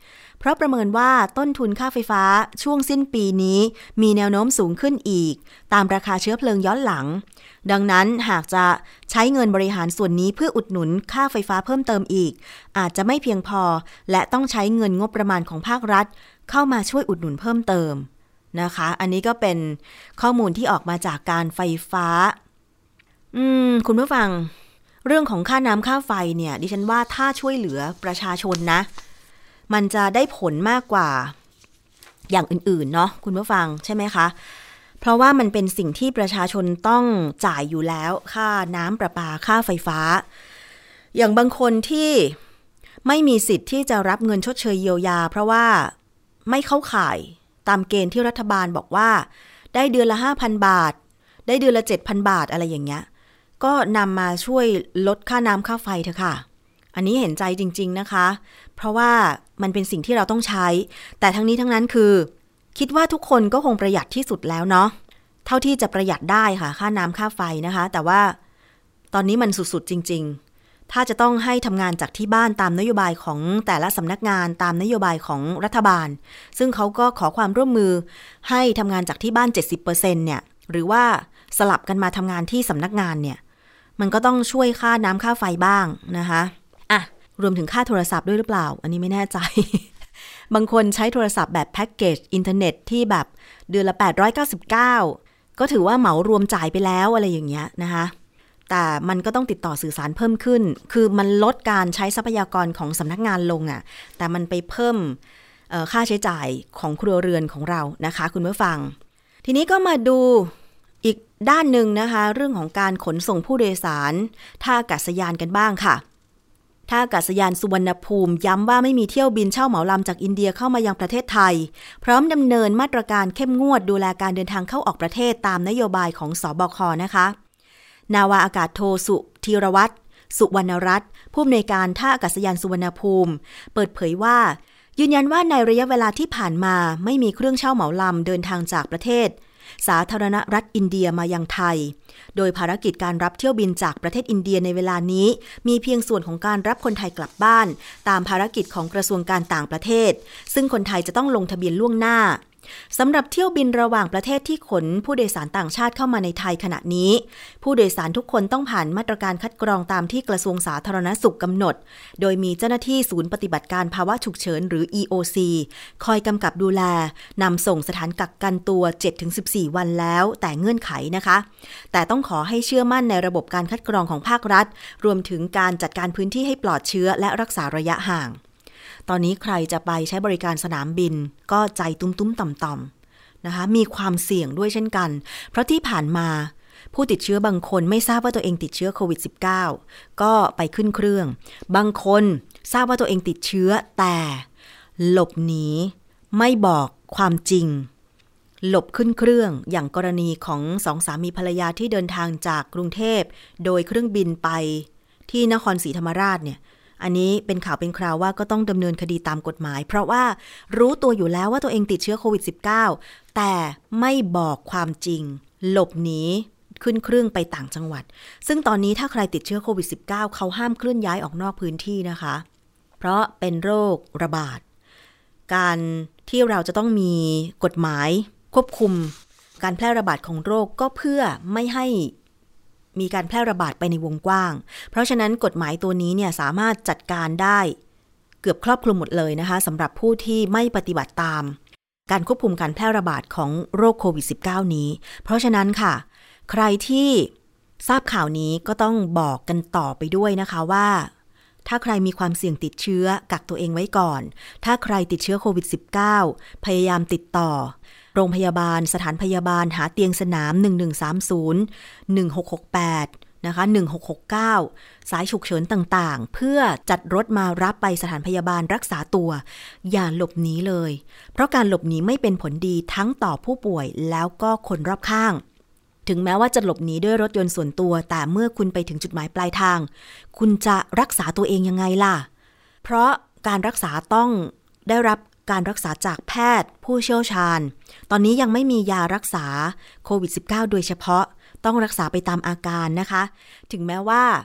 [SPEAKER 2] ราะประเมินว่าต้นทุนค่าไฟฟ้าช่วงสิ้นปีนี้มีแนวโน้มสูงขึ้นอีกตามราคาเชื้อเพลิงย้อนหลังดังนั้นหากจะใช้เงินบริหารส่วนนี้เพื่ออุดหนุนค่าไฟฟ้าเพิ่มเติมอีกอาจจะไม่เพียงพอและต้องใช้เงินงบประมาณของภาครัฐเข้ามาช่วยอุดหนุนเพิ่มเติมนะคะอันนี้ก็เป็นข้อมูลที่ออกมาจากการไฟฟ้าอืมคุณผู้ฟังเรื่องของค่าน้ำค่าไฟเนี่ยดิฉันว่าถ้าช่วยเหลือประชาชนนะมันจะได้ผลมากกว่าอย่างอื่นๆเนาะคุณผู้ฟังใช่ไหมคะเพราะว่ามันเป็นสิ่งที่ประชาชนต้องจ่ายอยู่แล้วค่าน้ำประปาค่าไฟฟ้าอย่างบางคนที่ไม่มีสิทธิ์ที่จะรับเงินชดเชยเยียวยาเพราะว่าไม่เข้าข่ายตามเกณฑ์ที่รัฐบาลบอกว่าได้เดือนละ ห้าพัน บาทได้เดือนละ เจ็ดพัน บาทอะไรอย่างเงี้ยก็นำมาช่วยลดค่าน้ำค่าไฟเถอะค่ะอันนี้เห็นใจจริงๆนะคะเพราะว่ามันเป็นสิ่งที่เราต้องใช้แต่ทั้งนี้ทั้งนั้นคือคิดว่าทุกคนก็คงประหยัดที่สุดแล้วเนาะเท่าที่จะประหยัดได้ค่ะค่าน้ำค่าไฟนะคะแต่ว่าตอนนี้มันสุดๆจริงๆถ้าจะต้องให้ทำงานจากที่บ้านตามนโยบายของแต่ละสำนักงานตามนโยบายของรัฐบาลซึ่งเขาก็ขอความร่วมมือให้ทำงานจากที่บ้าน เจ็ดสิบเปอร์เซ็นต์ เนี่ยหรือว่าสลับกันมาทำงานที่สำนักงานเนี่ยมันก็ต้องช่วยค่าน้ำค่าไฟบ้างนะคะอ่ะรวมถึงค่าโทรศัพท์ด้วยหรือเปล่าอันนี้ไม่แน่ใจ บางคนใช้โทรศัพท์แบบแพ็กเกจอินเทอร์เน็ตที่แบบเดือนละแปดร้อยเก้าสิบเก้าก็ถือว่าเหมารวมจ่ายไปแล้วอะไรอย่างเงี้ยนะคะแต่มันก็ต้องติดต่อสื่อสารเพิ่มขึ้นคือมันลดการใช้ทรัพยากรของสำนักงานลงอ่ะแต่มันไปเพิ่มค่าใช้จ่ายของครัวเรือนของเรานะคะคุณผู้ฟังทีนี้ก็มาดูอีกด้านหนึ่งนะคะเรื่องของการขนส่งผู้โดยสารท่าอากาศยานกันบ้างค่ะท่าอากาศยานสุวรรณภูมิย้ำว่าไม่มีเที่ยวบินเช่าเหมาลำจากอินเดียเข้ามายังประเทศไทยพร้อมดำเนินมาตรการเข้มงวดดูแลการเดินทางเข้าออกประเทศตามนโยบายของสบคนะคะนาวาอากาศโทสุธีรวัตรสุวรรณรัตน์ผู้อำนวยการท่าอากาศยานสุวรรณภูมิเปิดเผยว่ายืนยันว่าในระยะเวลาที่ผ่านมาไม่มีเครื่องเช่าเหมาลำเดินทางจากประเทศสาธารณรัฐอินเดียมายังไทยโดยภารกิจการรับเที่ยวบินจากประเทศอินเดียในเวลานี้มีเพียงส่วนของการรับคนไทยกลับบ้านตามภารกิจของกระทรวงการต่างประเทศซึ่งคนไทยจะต้องลงทะเบียนล่วงหน้าสำหรับเที่ยวบินระหว่างประเทศที่ขนผู้โดยสารต่างชาติเข้ามาในไทยขณะนี้ผู้โดยสารทุกคนต้องผ่านมาตรการคัดกรองตามที่กระทรวงสาธารณสุขกำหนดโดยมีเจ้าหน้าที่ศูนย์ปฏิบัติการภาวะฉุกเฉินหรือ อี โอ ซี คอยกำกับดูแลนำส่งสถานกักกันตัว เจ็ดถึงสิบสี่ วันแล้วแต่เงื่อนไขนะคะแต่ต้องขอให้เชื่อมั่นในระบบการคัดกรองของภาครัฐรวมถึงการจัดการพื้นที่ให้ปลอดเชื้อและรักษาระยะห่างตอนนี้ใครจะไปใช้บริการสนามบินก็ใจตุ้มๆต่ำๆนะคะมีความเสี่ยงด้วยเช่นกันเพราะที่ผ่านมาผู้ติดเชื้อบางคนไม่ทราบว่าตัวเองติดเชื้อโควิด สิบเก้า ก็ไปขึ้นเครื่องบางคนทราบว่าตัวเองติดเชื้อแต่หลบหนีไม่บอกความจริงหลบขึ้นเครื่องอย่างกรณีของสองสามีภรรยาที่เดินทางจากกรุงเทพโดยเครื่องบินไปที่นครศรีธรรมราชเนี่ยอันนี้เป็นข่าวเป็นคราวว่าก็ต้องดำเนินคดีตามกฎหมายเพราะว่ารู้ตัวอยู่แล้วว่าตัวเองติดเชื้อโควิด สิบเก้า แต่ไม่บอกความจริงหลบหนีขึ้นเครื่องไปต่างจังหวัดซึ่งตอนนี้ถ้าใครติดเชื้อโควิด สิบเก้า เขาห้ามเคลื่อนย้ายออกนอกพื้นที่นะคะเพราะเป็นโรคระบาดการที่เราจะต้องมีกฎหมายควบคุมการแพร่ระบาดของโรคก็เพื่อไม่ให้มีการแพร่ระบาดไปในวงกว้างเพราะฉะนั้นกฎหมายตัวนี้เนี่ยสามารถจัดการได้เกือบครอบคลุมหมดเลยนะคะสำหรับผู้ที่ไม่ปฏิบัติตามการควบคุมการแพร่ระบาดของโรคโควิด สิบเก้า นี้เพราะฉะนั้นค่ะใครที่ทราบข่าวนี้ก็ต้องบอกกันต่อไปด้วยนะคะว่าถ้าใครมีความเสี่ยงติดเชื้อกักตัวเองไว้ก่อนถ้าใครติดเชื้อโควิด สิบเก้า พยายามติดต่อโรงพยาบาลสถานพยาบาลหาเตียงสนามหนึ่งหนึ่งสามศูนย์ หนึ่งหกหกแปดนะคะหนึ่งหกหกเก้าสายฉุกเฉินต่างๆเพื่อจัดรถมารับไปสถานพยาบาลรักษาตัวอย่าหลบหนีเลยเพราะการหลบหนีไม่เป็นผลดีทั้งต่อผู้ป่วยแล้วก็คนรอบข้างถึงแม้ว่าจะหลบหนีด้วยรถยนต์ส่วนตัวแต่เมื่อคุณไปถึงจุดหมายปลายทางคุณจะรักษาตัวเองยังไงล่ะเพราะการรักษาต้องได้รับการรักษาจากแพทย์ผู้เชี่ยวชาญตอนนี้ยังไม่มียารักษาโควิด สิบเก้า โดยเฉพาะต้องรักษาไปตามอาการนะคะถึงแม้ว่า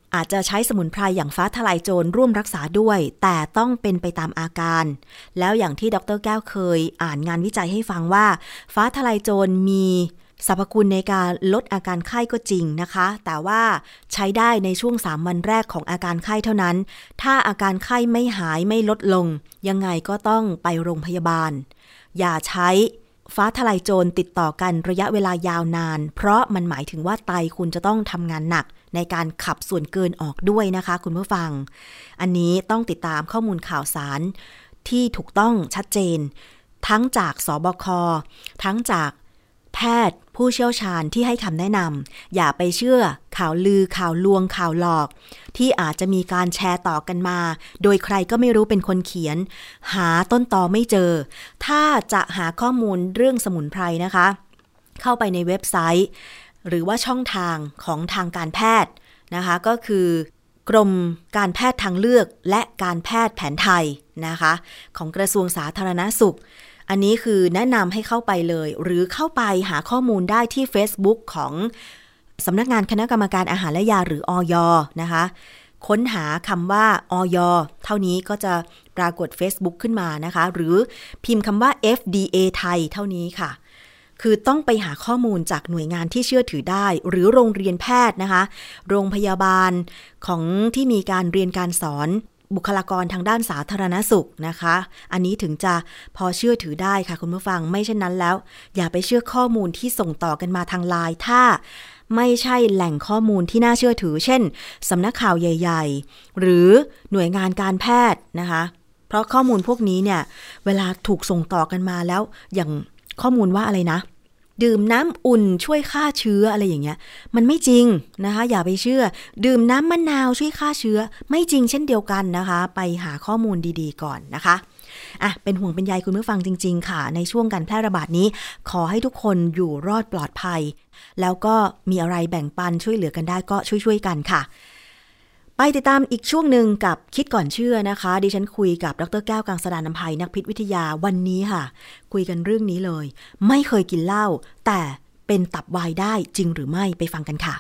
[SPEAKER 2] อาจจะใช้สมุนไพรอย่างฟ้าทลายโจรร่วมรักษาด้วยแต่ต้องเป็นไปตามอาการแล้วอย่างที่ดร.แก้วเคยอ่านงานวิจัยให้ฟังว่าฟ้าทลายโจรมีสรรพคุณในการลดอาการไข้ก็จริงนะคะแต่ว่าใช้ได้ในช่วงสามวันแรกของอาการไข้เท่านั้นถ้าอาการไข้ไม่หายไม่ลดลงยังไงก็ต้องไปโรงพยาบาลอย่าใช้ฟ้าทลายโจรติดต่อกันระยะเวลายาวนานเพราะมันหมายถึงว่าไตคุณจะต้องทำงานหนักในการขับส่วนเกินออกด้วยนะคะคุณผู้ฟังอันนี้ต้องติดตามข้อมูลข่าวสารที่ถูกต้องชัดเจนทั้งจากสบคทั้งจากแพทย์ผู้เชี่ยวชาญที่ให้คำแนะนำอย่าไปเชื่อข่าวลือข่าวลวงข่าวหลอกที่อาจจะมีการแชร์ต่อกันมาโดยใครก็ไม่รู้เป็นคนเขียนหาต้นตอไม่เจอถ้าจะหาข้อมูลเรื่องสมุนไพรนะคะเข้าไปในเว็บไซต์หรือว่าช่องทางของทางการแพทย์นะคะก็คือกรมการแพทย์ทางเลือกและการแพทย์แผนไทยนะคะของกระทรวงสาธารณสุขอันนี้คือแนะนำให้เข้าไปเลยหรือเข้าไปหาข้อมูลได้ที่ Facebook ของสำนักงานคณะกรรมการอาหารและยาหรืออย.นะคะค้นหาคำว่าอย.เท่านี้ก็จะปรากฏ Facebook ขึ้นมานะคะหรือพิมพ์คำว่า เอฟ ดี เอ ไทยเท่านี้ค่ะคือต้องไปหาข้อมูลจากหน่วยงานที่เชื่อถือได้หรือโรงเรียนแพทย์นะคะโรงพยาบาลของที่มีการเรียนการสอนบุคลากรทางด้านสาธารณสุขนะคะอันนี้ถึงจะพอเชื่อถือได้ค่ะคุณผู้ฟังไม่เช่นนั้นแล้วอย่าไปเชื่อข้อมูลที่ส่งต่อกันมาทางไลน์ถ้าไม่ใช่แหล่งข้อมูลที่น่าเชื่อถือเช่นสำนักข่าวใหญ่ๆหรือหน่วยงานการแพทย์นะคะเพราะข้อมูลพวกนี้เนี่ยเวลาถูกส่งต่อกันมาแล้วอย่างข้อมูลว่าอะไรนะดื่มน้ำอุ่นช่วยฆ่าเชื้ออะไรอย่างเงี้ยมันไม่จริงนะคะอย่าไปเชื่อดื่มน้ำมะนาวช่วยฆ่าเชื้อไม่จริงเช่นเดียวกันนะคะไปหาข้อมูลดีๆก่อนนะคะอ่ะเป็นห่วงเป็นใยคุณผู้ฟังจริงๆค่ะในช่วงการแพร่ระบาดนี้ขอให้ทุกคนอยู่รอดปลอดภัยแล้วก็มีอะไรแบ่งปันช่วยเหลือกันได้ก็ช่วยๆกันค่ะไปติดตามอีกช่วงหนึ่งกับคิดก่อนเชื่อนะคะดิฉันคุยกับดร.แก้วกังสดาลอำไพนักพิษวิทยาวันนี้ค่ะคุยกันเรื่องนี้เลยไม่เคยกินเหล้าแต่เป็นตับวายได้จริงหรือไม่ไปฟังกันค่ะ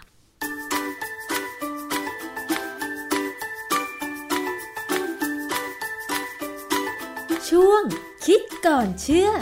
[SPEAKER 3] ช่วงคิดก่อนเชื่อ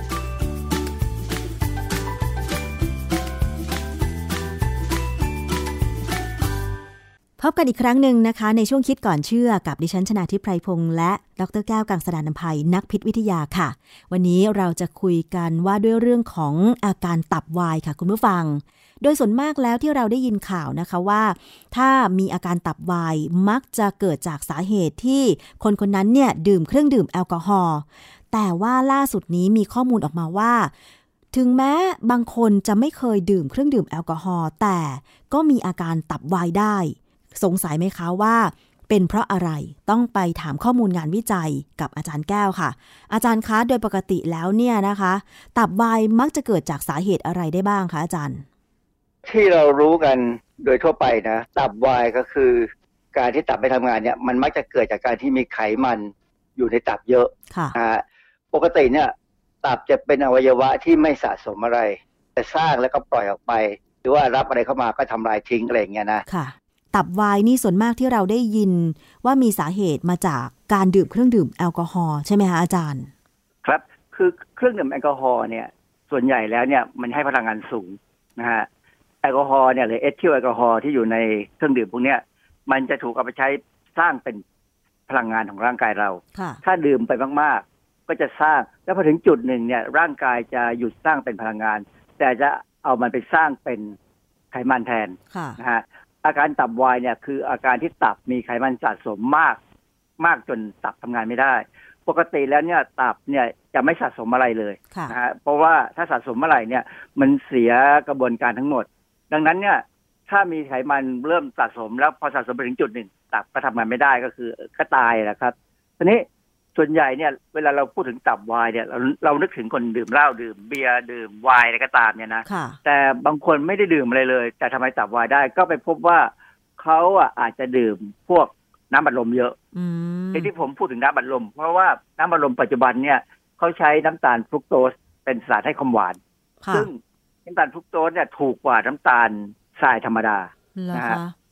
[SPEAKER 2] พบกันอีกครั้งหนึ่งนะคะในช่วงคิดก่อนเชื่อกับดิฉันชนาธิปไพรพงษ์และดร.แก้วกังสดาลอำไพนักพิษวิทยาค่ะวันนี้เราจะคุยกันว่าด้วยเรื่องของอาการตับวายค่ะคุณผู้ฟังโดยส่วนมากแล้วที่เราได้ยินข่าวนะคะว่าถ้ามีอาการตับวายมักจะเกิดจากสาเหตุที่คนคนนั้นเนี่ยดื่มเครื่องดื่มแอลกอฮอล์แต่ว่าล่าสุดนี้มีข้อมูลออกมาว่าถึงแม้บางคนจะไม่เคยดื่มเครื่องดื่มแอลกอฮอล์แต่ก็มีอาการตับวายได้สงสัยไหมคะว่าเป็นเพราะอะไรต้องไปถามข้อมูลงานวิจัยกับอาจารย์แก้วค่ะอาจารย์คะโดยปกติแล้วเนี่ยนะคะตับวายมักจะเกิดจากสาเหตุอะไรได้บ้างคะอาจารย์
[SPEAKER 4] ที่เรารู้กันโดยทั่วไปนะตับวายก็คือการที่ตับไม่ทำงานเนี่ยมันมักจะเกิดจากการที่มีไขมันอยู่ในตับเยอะนะฮะปกติเนี่ยตับจะเป็นอวัยวะที่ไม่สะสมอะไรแต่สร้างแล้วก็ปล่อยออกไปหรือว่ารับอะไรเข้ามาก็ทำลายทิ้งอะไรอย่างเงี้ยนะ
[SPEAKER 2] ตับวายนี่ส่วนมากที่เราได้ยินว่ามีสาเหตุมาจากการดื่มเครื่องดื่มแอลกอฮอล์ใช่ไหมคะอาจารย์
[SPEAKER 4] ครับคือเครื่องดื่มแอลกอฮอล์เนี่ยส่วนใหญ่แล้วเนี่ยมันให้พลังงานสูงนะฮะแอลกอฮอล์เนี่ยหรือเอทิลแอลกอฮอล์ที่อยู่ในเครื่องดื่มพวกเนี้ยมันจะถูกเอาไปใช้สร้างเป็นพลังงานของร่างกายเราถ้าดื่มไปมากๆก็จะสร้างแล้วพอถึงจุดหนึ่งเนี่ยร่างกายจะหยุดสร้างเป็นพลังงานแต่จะเอามันไปสร้างเป็นไขมันแทนนะฮะอาการตับวายเนี่ยคืออาการที่ตับมีไขมันสะสมมากมากจนตับทำงานไม่ได้ปกติแล้วเนี่ยตับเนี่ยจะไม่สะสมอะไรเลยนะฮะเพราะว่าถ้าสะสมเมื่อไหร่เนี่ยมันเสียกระบวนการทั้งหมดดังนั้นเนี่ยถ้ามีไขมันเริ่มสะสมแล้วพอสะสมไปถึงจุดหนึ่งตับก็ทำงานไม่ได้ก็คือก็ตายนะครับทีนี้ส่วนใหญ่เนี่ยเวลาเราพูดถึงตับวายเนี่ยเราเรานึกถึงคนดื่มเหล้าดื่มเบียร์ดื่มไวน์อะไรก็ตามเนี่ยนะแต่บางคนไม่ได้ดื่มอะไรเลยแต่ทำไมตับวายได้ก็ไปพบว่าเขาอ่ะอาจจะดื่มพวกน้ำอัดลมเยอะที่ที่ผมพูดถึงน้ำอัดลมเพราะว่าน้ำอัดลมปัจจุบันเนี่ยเขาใช้น้ำตาลฟรุกโตสเป็นสารให้ความหวานซึ่งน้ำตาลฟรุกโตสเนี่ยถูกกว่าน้ำตาลทรายธรรมดานะฮะ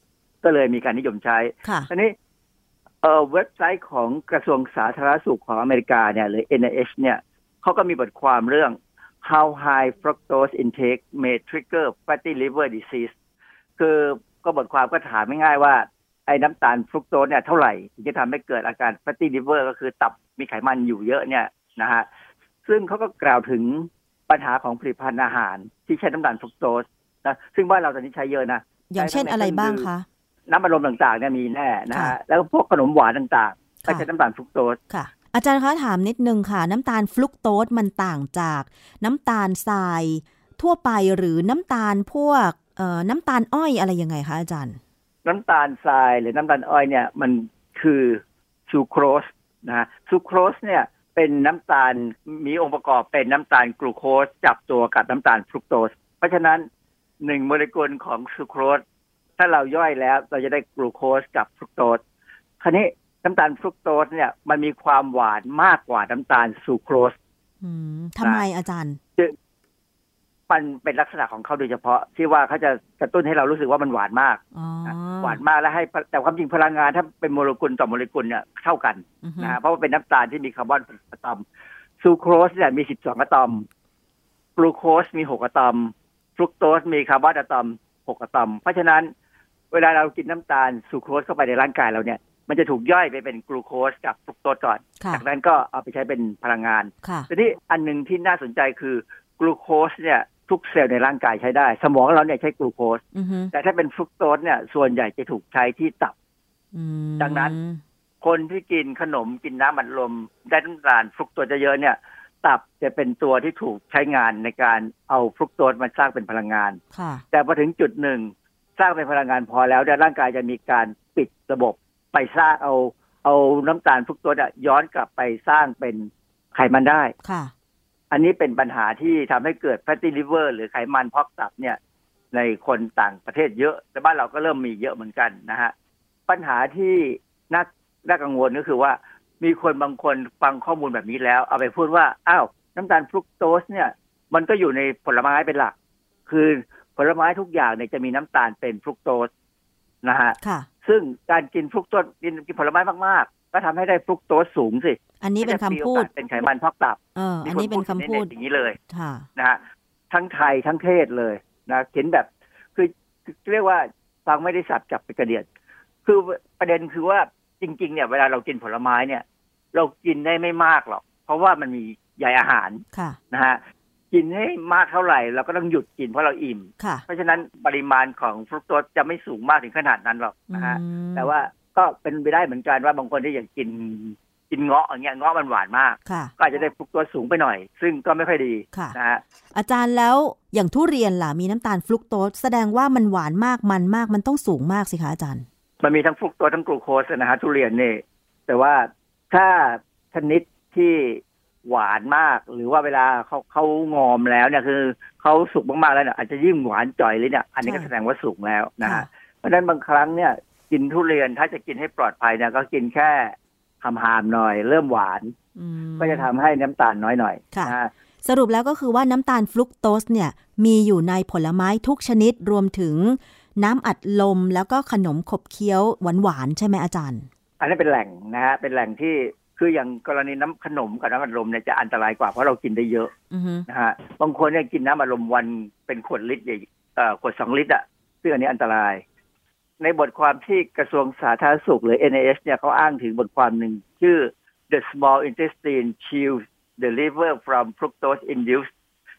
[SPEAKER 4] ก็เลยมีการนิยมใช้ทีนี้เอ่อเว็บไซต์ของกระทรวงสาธารณสุขของอเมริกาเนี่ยหรือ เอ็น ไอ เอช เนี่ยเขาก็มีบทความเรื่อง how high fructose intake may trigger fatty liver disease คือก็บทความก็ถามง่ายๆว่าไอ้น้ำตาลฟรุกโตสเนี่ยเท่าไหร่ถึงจะทำให้เกิดอาการ fatty liver ก็คือตับมีไขมันอยู่เยอะเนี่ยนะฮะซึ่งเขาก็กล่าวถึงปัญหาของผลิตภัณฑ์อาหารที่ใช้น้ำตาลฟรุกโตสนะซึ่งบ้านเราตอนนี้ใช้เยอะนะ
[SPEAKER 2] อย่างเช่นอะไรบ้างคะ
[SPEAKER 4] น้ำอัดลมต่างๆเนี่ยมีแน่นะฮะแล้วพวกขนมหวานต่างๆก็ใช้น้ำตาลฟรุกโตส
[SPEAKER 2] ค่ะอาจารย์คะถามนิดนึงค่ะน้ำตาลฟรุกโตสมันต่างจากน้ำตาลทรายทั่วไปหรือน้ำตาลพวกเอ่อน้ำตาลอ้อยอะไรยังไงคะอาจารย์
[SPEAKER 4] น้ำตาลทรายหรือน้ำตาลอ้อยเนี่ยมันคือซูโครสนะฮะซูโครสเนี่ยเป็นน้ำตาลมีองค์ประกอบเป็นน้ำตาลกลูโคสจับตัวกับน้ำตาลฟรุกโตสเพราะฉะนั้นหนึ่งโมเลกุลของซูโครสถ้าเราย่อยแล้วเราจะได้กลูโคสกับฟรุกโตสคราวนี้น้ำตาลฟรุกโตสเนี่ยมันมีความหวานมากกว่าน้ำตาลซูโครส
[SPEAKER 2] ทำไมอาจารย์
[SPEAKER 4] มันเป็นลักษณะของเขาโดยเฉพาะที่ว่าเขาจะกระตุ้นให้เรารู้สึกว่ามันหวานมากหวานมากแล้วให้แต่ความจริงพลังงานถ้าเป็นโมเลกุลต่อโมเลกุลเนี่ยเท่ากันนะเพราะว่าเป็นน้ำตาลที่มีคาร์บอนอะตอมซูโครสเนี่ยมีสิบสองอะตอมกลูโคสมีหกอะตอมฟรุกโตสมีคาร์บอนอะตอมหกอะตอมเพราะฉะนั้นเวลาเรากินน้ำตาลซูโครสเข้าไปในร่างกายเราเนี่ยมันจะถูกย่อยไปเป็นกลูโคสกับฟรุกโตสก่อนจากนั้นก็เอาไปใช้เป็นพลังงานทีนี้อันนึงที่น่าสนใจคือกลูโคสเนี่ยทุกเซลล์ในร่างกายใช้ได้สมองเราเนี่ยใช้กลูโคสแต่ถ้าเป็นฟรุกโตสเนี่ยส่วนใหญ่จะถูกใช้ที่ตับดังนั้นคนที่กินขนมกินน้ำอัดลมได้น้ำตาลฟรุกโตสเยอะๆเนี่ยตับจะเป็นตัวที่ถูกใช้งานในการเอาฟรุกโตสมาสร้างเป็นพลังงานแต่พอถึงจุดหนึ่งสร้างเป็นพลังงานพอแล้วเนี่ยร่างกายจะมีการปิดระบบไปสร้างเอาเอาน้ำตาลฟรุกโตสย้อนกลับไปสร้างเป็นไขมันได้อันนี้เป็นปัญหาที่ทำให้เกิด fatty liver หรือไขมันพอกตับเนี่ยในคนต่างประเทศเยอะแต่บ้านเราก็เริ่มมีเยอะเหมือนกันนะฮะปัญหาที่น่าน่ากังวลก็คือว่ามีคนบางคนฟังข้อมูลแบบนี้แล้วเอาไปพูดว่าอ้าวน้ำตาลฟรุกโตสเนี่ยมันก็อยู่ในผลไม้เป็นหลักคือผลไม้ทุกอย่างเนี่ยจะมีน้ำตาลเป็นฟรุกโตสนะฮะซึ่งการกินฟรุกโตสกินกินผลไม้มากๆก็ทำให้ได้ฟรุกโตสสูงสิ
[SPEAKER 2] อันนี้เป็นคำพูด
[SPEAKER 4] เป็นไขมันพอกตับ
[SPEAKER 2] เอออันนี้เป็นคำพูด
[SPEAKER 4] อย่างนี้เลยนะฮะทั้งไทยทั้งเทศเลยนะเห็นแบบคือเรียกว่าฟังไม่ได้สับจับไปกระเดียดคือประเด็นคือว่าจริงๆเนี่ยเวลาเรากินผลไม้เนี่ยเรากินได้ไม่มากหรอกเพราะว่ามันมีใยอาหารนะฮะกินให้มากเท่าไหร่เราก็ต้องหยุดกินเพราะเราอิ่มเพราะฉะนั้นปริมาณของฟรุกโตสจะไม่สูงมากถึงขนาดนั้นหรอกนะฮะแต่ว่าก็เป็นไปได้เหมือนกันว่าบางคนที่อยากกินกินเงาะอย่างเงี้ยเงาะมันหวานมากก็อาจจะได้ฟรุกโตสสูงไปหน่อยซึ่งก็ไม่ค่อยดีนะฮะ
[SPEAKER 2] อาจารย์แล้วอย่างทุเรียนล่ะมีน้ำตาลฟรุกโตสแสดงว่ามันหวานมากมันมากมันต้องสูงมากสิคะอาจารย์
[SPEAKER 4] มันมีทั้งฟรุกโตสทั้งกลูโคสนะฮะทุเรียนนี่แต่ว่าถ้าชนิดที่หวานมากหรือว่าเวลาเขาเขางอมแล้วเนี่ยคือเขาสุกมากๆแล้วเนี่ยอาจจะยิ่งหวานจ่อยเลยเนี่ยอันนี้ก็แสดงว่าสุกแล้วนะฮะเพราะฉะนั้นบางครั้งเนี่ยกินทุเรียนถ้าจะกินให้ปลอดภัยเนี่ยก็กินแค่หามๆหน่อยเริ่มหวานก็จะทำให้น้ำตาลน้อยหน่อยนะ
[SPEAKER 2] สรุปแล้วก็คือว่าน้ำตาลฟรุกโตสเนี่ยมีอยู่ในผลไม้ทุกชนิดรวมถึงน้ำอัดลมแล้วก็ขนมขบเคี้ยวหวานๆใช่ไหมอาจารย์
[SPEAKER 4] อันนี้เป็นแหล่งนะฮะเป็นแหล่งที่คืออย่างกรณีน้ำขนมกับน้ำอัดลมเนี่ยจะอันตรายกว่าเพราะเรากินได้เยอะนะฮะบางคนเนี่ยกินน้ำอัดลมวันเป็นขวดลิตรใหญ่เอ่อขวดสองลิตรอ่ะซึ่งอันนี้อันตรายในบทความที่กระทรวงสาธารณสุขหรือ เอ็น ไอ เอช เนี่ยเขาอ้างถึงบทความหนึ่งชื่อ The Small Intestine Shields the Liver from Fructose Induced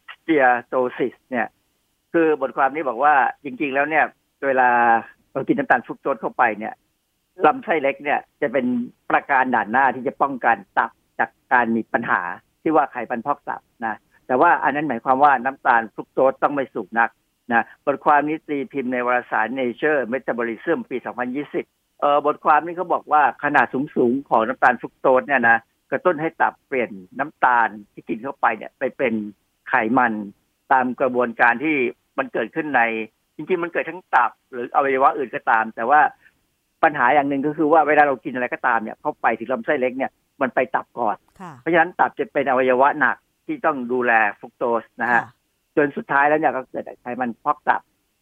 [SPEAKER 4] Steatosis เนี่ยคือบทความนี้บอกว่าจริงๆแล้วเนี่ยเวลาเรากินน้ำตาลฟรุกโตสเข้าไปเนี่ยลำไส้เล็กเนี่ยจะเป็นประการด่านหน้าที่จะป้องกันตับจากการมีปัญหาที่ว่าไขมันพอกตับนะแต่ว่าอันนั้นหมายความว่าน้ำตาลฟรุกโตสต้องไม่สูงนักนะบทความนี้ตีพิมพ์ในวารสาร Nature Metabolism ปี สองพันยี่สิบ เอ่อบทความนี้เขาบอกว่าขนาดสูงๆของน้ำตาลฟรุกโตสเนี่ยนะกระตุ้นให้ตับเปลี่ยนน้ำตาลที่กินเข้าไปเนี่ยไปเป็นไขมันตามกระบวนการที่มันเกิดขึ้นในจริงๆมันเกิดทั้งตับหรืออวัยวะอื่นก็ตามแต่ว่าปัญหาอย่างหนึ่งก็คือว่าเวลาเรากินอะไรก็ตามเนี่ยเข้าไปถึงลำไส้เล็กเนี่ยมันไปตับก่อนเพราะฉะนั้นตับจะเป็นอวัยวะหนักที่ต้องดูแลฟรุกโตสนะฮะจนสุดท้ายแล้วเนี่ยก็เกิดไขมันพอกตับ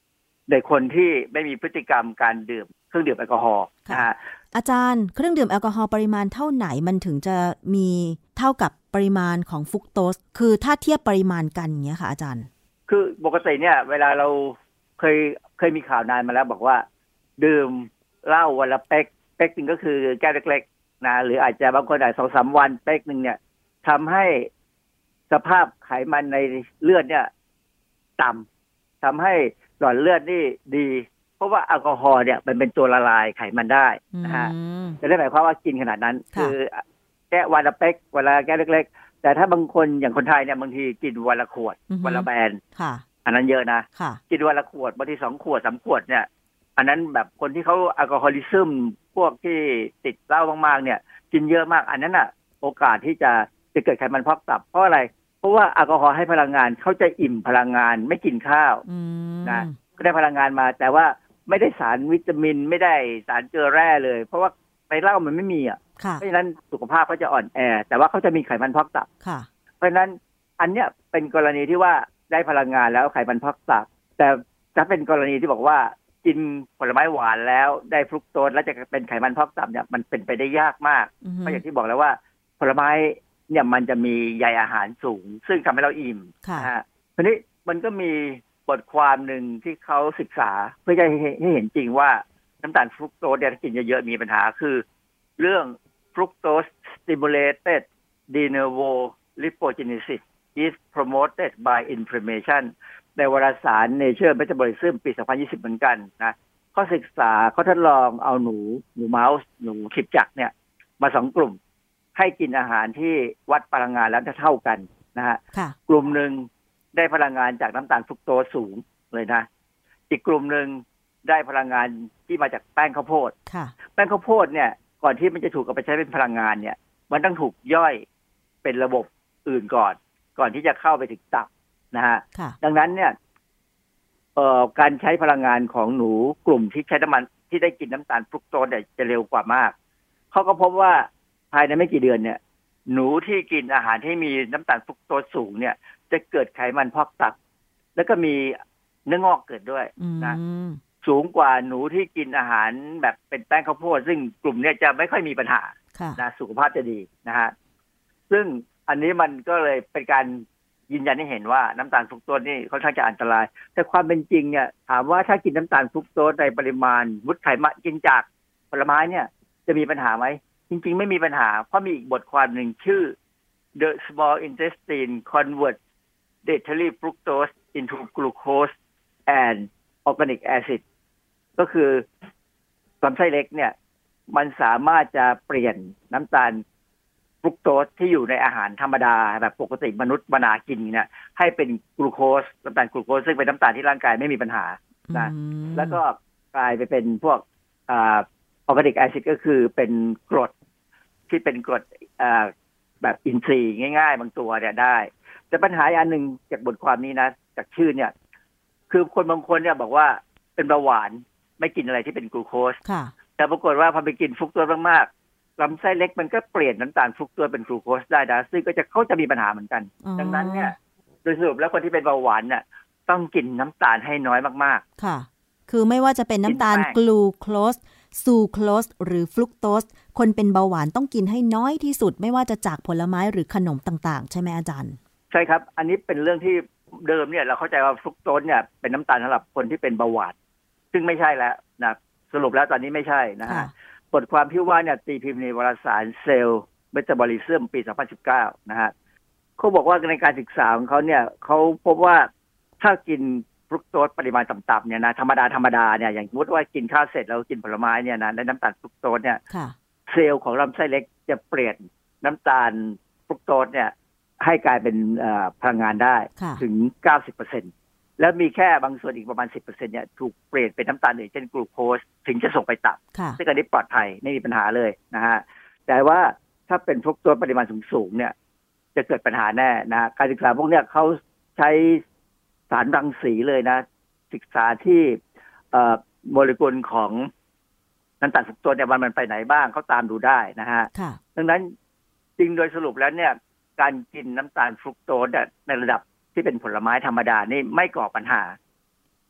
[SPEAKER 4] ในคนที่ไม่มีพฤติกรรมการดื่มเครื่องดื่มแอลกอฮอล์นะฮะ
[SPEAKER 2] อาจารย์เครื่องดื่มแอลกอฮอล์ปริมาณเท่าไหนมันถึงจะมีเท่ากับปริมาณของฟรุกโตสคือถ้าเทียบปริมาณกันอย่างเงี้ยค่ะอาจารย์
[SPEAKER 4] คือปกติเนี่ยเวลาเราเคยเคยมีข่าวนานมาแล้วบอกว่าดื่มเหล้าวันละเป๊กเป๊กนึงก็คือแก้วเล็กๆนะหรืออาจจะบางคนอาจสองสามวันเป๊กนึงเนี่ยทำให้สภาพไขมันในเลือดเนี่ยต่ำทำให้หลอดเลือดนี่ดีเพราะว่าแอลกอฮอล์เนี่ยมันเป็นตัวละลายไขมันได้นะฮะจะได้หมายความว่ากินขนาดนั้นคือแก้ววันละเป๊กวันละแก้วเล็กๆแต่ถ้าบางคนอย่างคนไทยเนี่ยบางทีกินวันละขวดวันละแบนอันนั้นเยอะนะกินวันละขวดบางทีสองขวดสามขวดเนี่ยอันนั้นแบบคนที่เขาแอลกอฮอลิซึมพวกที่ติดเหล้ามากๆเนี่ยกินเยอะมากอันนั้นอ่ะโอกาสที่จะจะเกิดไขมันพอกตับเพราะอะไรเพราะว่าแอลกอฮอล์ให้พลังงานเขาจะอิ่มพลังงานไม่กินข้าวนะก็ได้พลังงานมาแต่ว่าไม่ได้สารวิตามินไม่ได้สารเกลือแร่เลยเพราะว่าในเหล้ามันไม่มีอ่ะเพราะฉะนั้นสุขภาพเขาจะอ่อนแอแต่ว่าเขาจะมีไขมันพอกตับเพราะฉะนั้นอันเนี้ยเป็นกรณีที่ว่าได้พลังงานแล้วไขมันพอกตับแต่ถ้าเป็นกรณีที่บอกว่ากินผลไม้หวานแล้วได้ฟรุกโตสแล้วจะเป็นไขมันพอกตับเนี่ยมันเป็นไปได้ยากมากเพราะอย่างที่บอกแล้วว่าผลไม้เนี่ยมันจะมีใยอาหารสูงซึ่งทำให้เราอิ่มนะฮะทีนี้มันก็มีบทความหนึ่งที่เขาศึกษาเพื่อจะให้เห็นจริงว่าน้ำตาลฟรุกโตสเนี่ยถ้ากินเยอะๆมีปัญหาคือเรื่อง fructose stimulated de novo lipogenesis is promoted by inflammation ในวารสาร Nature Metabolism ปีสองพันยี่สิบเหมือนกันนะเขาศึกษาเขาทดลองเอาหนูหนูเมาส์หนูขีบจักรเนี่ยมาสองกลุ่มให้กินอาหารที่วัดพลังงานแล้วจะเท่ากันนะฮะกลุ่มหนึ่งได้พลังงานจากน้ำตาลฟรุกโตสสูงเลยนะอีกกลุ่มหนึ่งได้พลังงานที่มาจากแป้งข้าวโพดแป้งข้าวโพดเนี่ยก่อนที่มันจะถูกเอาไปใช้เป็นพลังงานเนี่ยมันต้องถูกย่อยเป็นระบบอื่นก่อนก่อนที่จะเข้าไปถึงตับนะฮะดังนั้นเนี่ยเอ่อการใช้พลังงานของหนูกลุ่มที่ใช้น้ำมันที่ได้กินน้ำตาลฟรุกโตสเนี่ยจะเร็วกว่ามากเขาก็พบว่าภายในไม่กี่เดือนเนี่ยหนูที่กินอาหารที่มีน้ำตาลฟรุกโตสสูงเนี่ยจะเกิดไขมันพอกตับแล้วก็มีเนื้องอกเกิดด้วยนะสูงกว่าหนูที่กินอาหารแบบเป็นแป้งข้าวโพดซึ่งกลุ่มเนี้ยจะไม่ค่อยมีปัญหานะสุขภาพจะดีนะฮะซึ่งอันนี้มันก็เลยเป็นการยืนยันให้เห็นว่าน้ำตาลฟรุกโตสนี่ค่อนข้างจะอันตรายแต่ความเป็นจริงเนี่ยถามว่าถ้ากินน้ำตาลฟรุกโตสในปริมาณวุฒิไขมันกินจากผลไม้เนี่ยจะมีปัญหาไหมจริงๆไม่มีปัญหาเพราะมีอีกบทความหนึ่งชื่อ The Small Intestine Converts Dietary Fructose into Glucose and Organic Acid ก็คือลำไส้เล็กเนี่ยมันสามารถจะเปลี่ยนน้ำตาลฟรุกโตสที่อยู่ในอาหารธรรมดาแบบปกติมนุษย์มนากินเนี่ยให้เป็นกลูโคสน้ำตาลกลูโคสซึ่งเป็นน้ำตาลที่ร่างกายไม่มีปัญหานะแล้วก็กลายไปเป็นพวกอ่าออร์แกนิกแอซิดก็คือเป็นกรดที่เป็นกรดแบบอินทรีย์ง่ายๆบางตัวเนี่ยได้แต่ปัญหาอันหนึ่งจากบทความนี้นะจากชื่อเนี่ยคือคนบางคนเนี่ยบอกว่าเป็นเบาหวานไม่กินอะไรที่เป็นกลูโคสแต่ปรากฏว่าพอไปกินฟรุกโตสมากๆลำไส้เล็กมันก็เปลี่ยนน้ำตาลฟรุกโตสเป็นกลูโคสได้นะซึ่งก็จะเขาจะมีปัญหาเหมือนกันดังนั้นเนี่ยโดยสรุปแล้วคนที่เป็นเบาหวานเนี่ยต้องกินน้ำตาลให้น้อยมากๆ
[SPEAKER 2] ค่ะคือไม่ว่าจะเป็นน้ำตาลกลูโคสซูโครสหรือฟรุกโตสคนเป็นเบาหวานต้องกินให้น้อยที่สุดไม่ว่าจะจากผลไม้หรือขนมต่างๆใช่ไหมอาจารย์
[SPEAKER 4] ใช่ครับอันนี้เป็นเรื่องที่เดิมเนี่ยเราเข้าใจว่าฟรุกโตสเนี่ยเป็นน้ำตาลสำหรับคนที่เป็นเบาหวานซึ่งไม่ใช่แล้วนะสรุปแล้วตอนนี้ไม่ใช่นะฮะบทความที่ว่าเนี่ยตีพิมพ์ในวารสาร Cell Metabolism ปีสองพันสิบเก้านะฮะเขาบอกว่าในการศึกษาของเขาเนี่ยเขาพบว่าถ้ากินฟรุกโตสปริมาณต่ำๆเนี่ยนะธรรมดาธรรมดาเนี่ยอย่างสมมติว่ากินข้าวเสร็จแล้วกินผลไม้เนี่ยนะในน้ำตาลฟรุกโตสเนี่ยเซลล์ของลำไส้เล็กจะเปลี่ยนน้ำตาลฟรุกโตสเนี่ยให้กลายเป็นพลังงานได้ถึง เก้าสิบเปอร์เซ็นต์ แล้วมีแค่บางส่วนอีกประมาณ สิบเปอร์เซ็นต์ เนี่ยถูกเปลี่ยนเป็นน้ำตาลอื่นเช่นกลูโคสถึงจะส่งไปตับซึ่งอันนี้ปลอดภัยไม่มีปัญหาเลยนะฮะแต่ว่าถ้าเป็นฟรุกโตสปริมาณสูงๆเนี่ยจะเกิดปัญหาแน่นะการศึกษาพวกเนี้ยเขาใช้สารรังสีเลยนะศึกษาที่โมเลกุลของน้ำตาลฟรุกโตสเนี่ยมันไปไหนบ้างเขาตามดูได้นะฮะดังนั้นจริงโดยสรุปแล้วเนี่ยการกินน้ำตาลฟรุกโตสในระดับที่เป็นผลไม้ธรรมดานี่ไม่ก่อปัญหา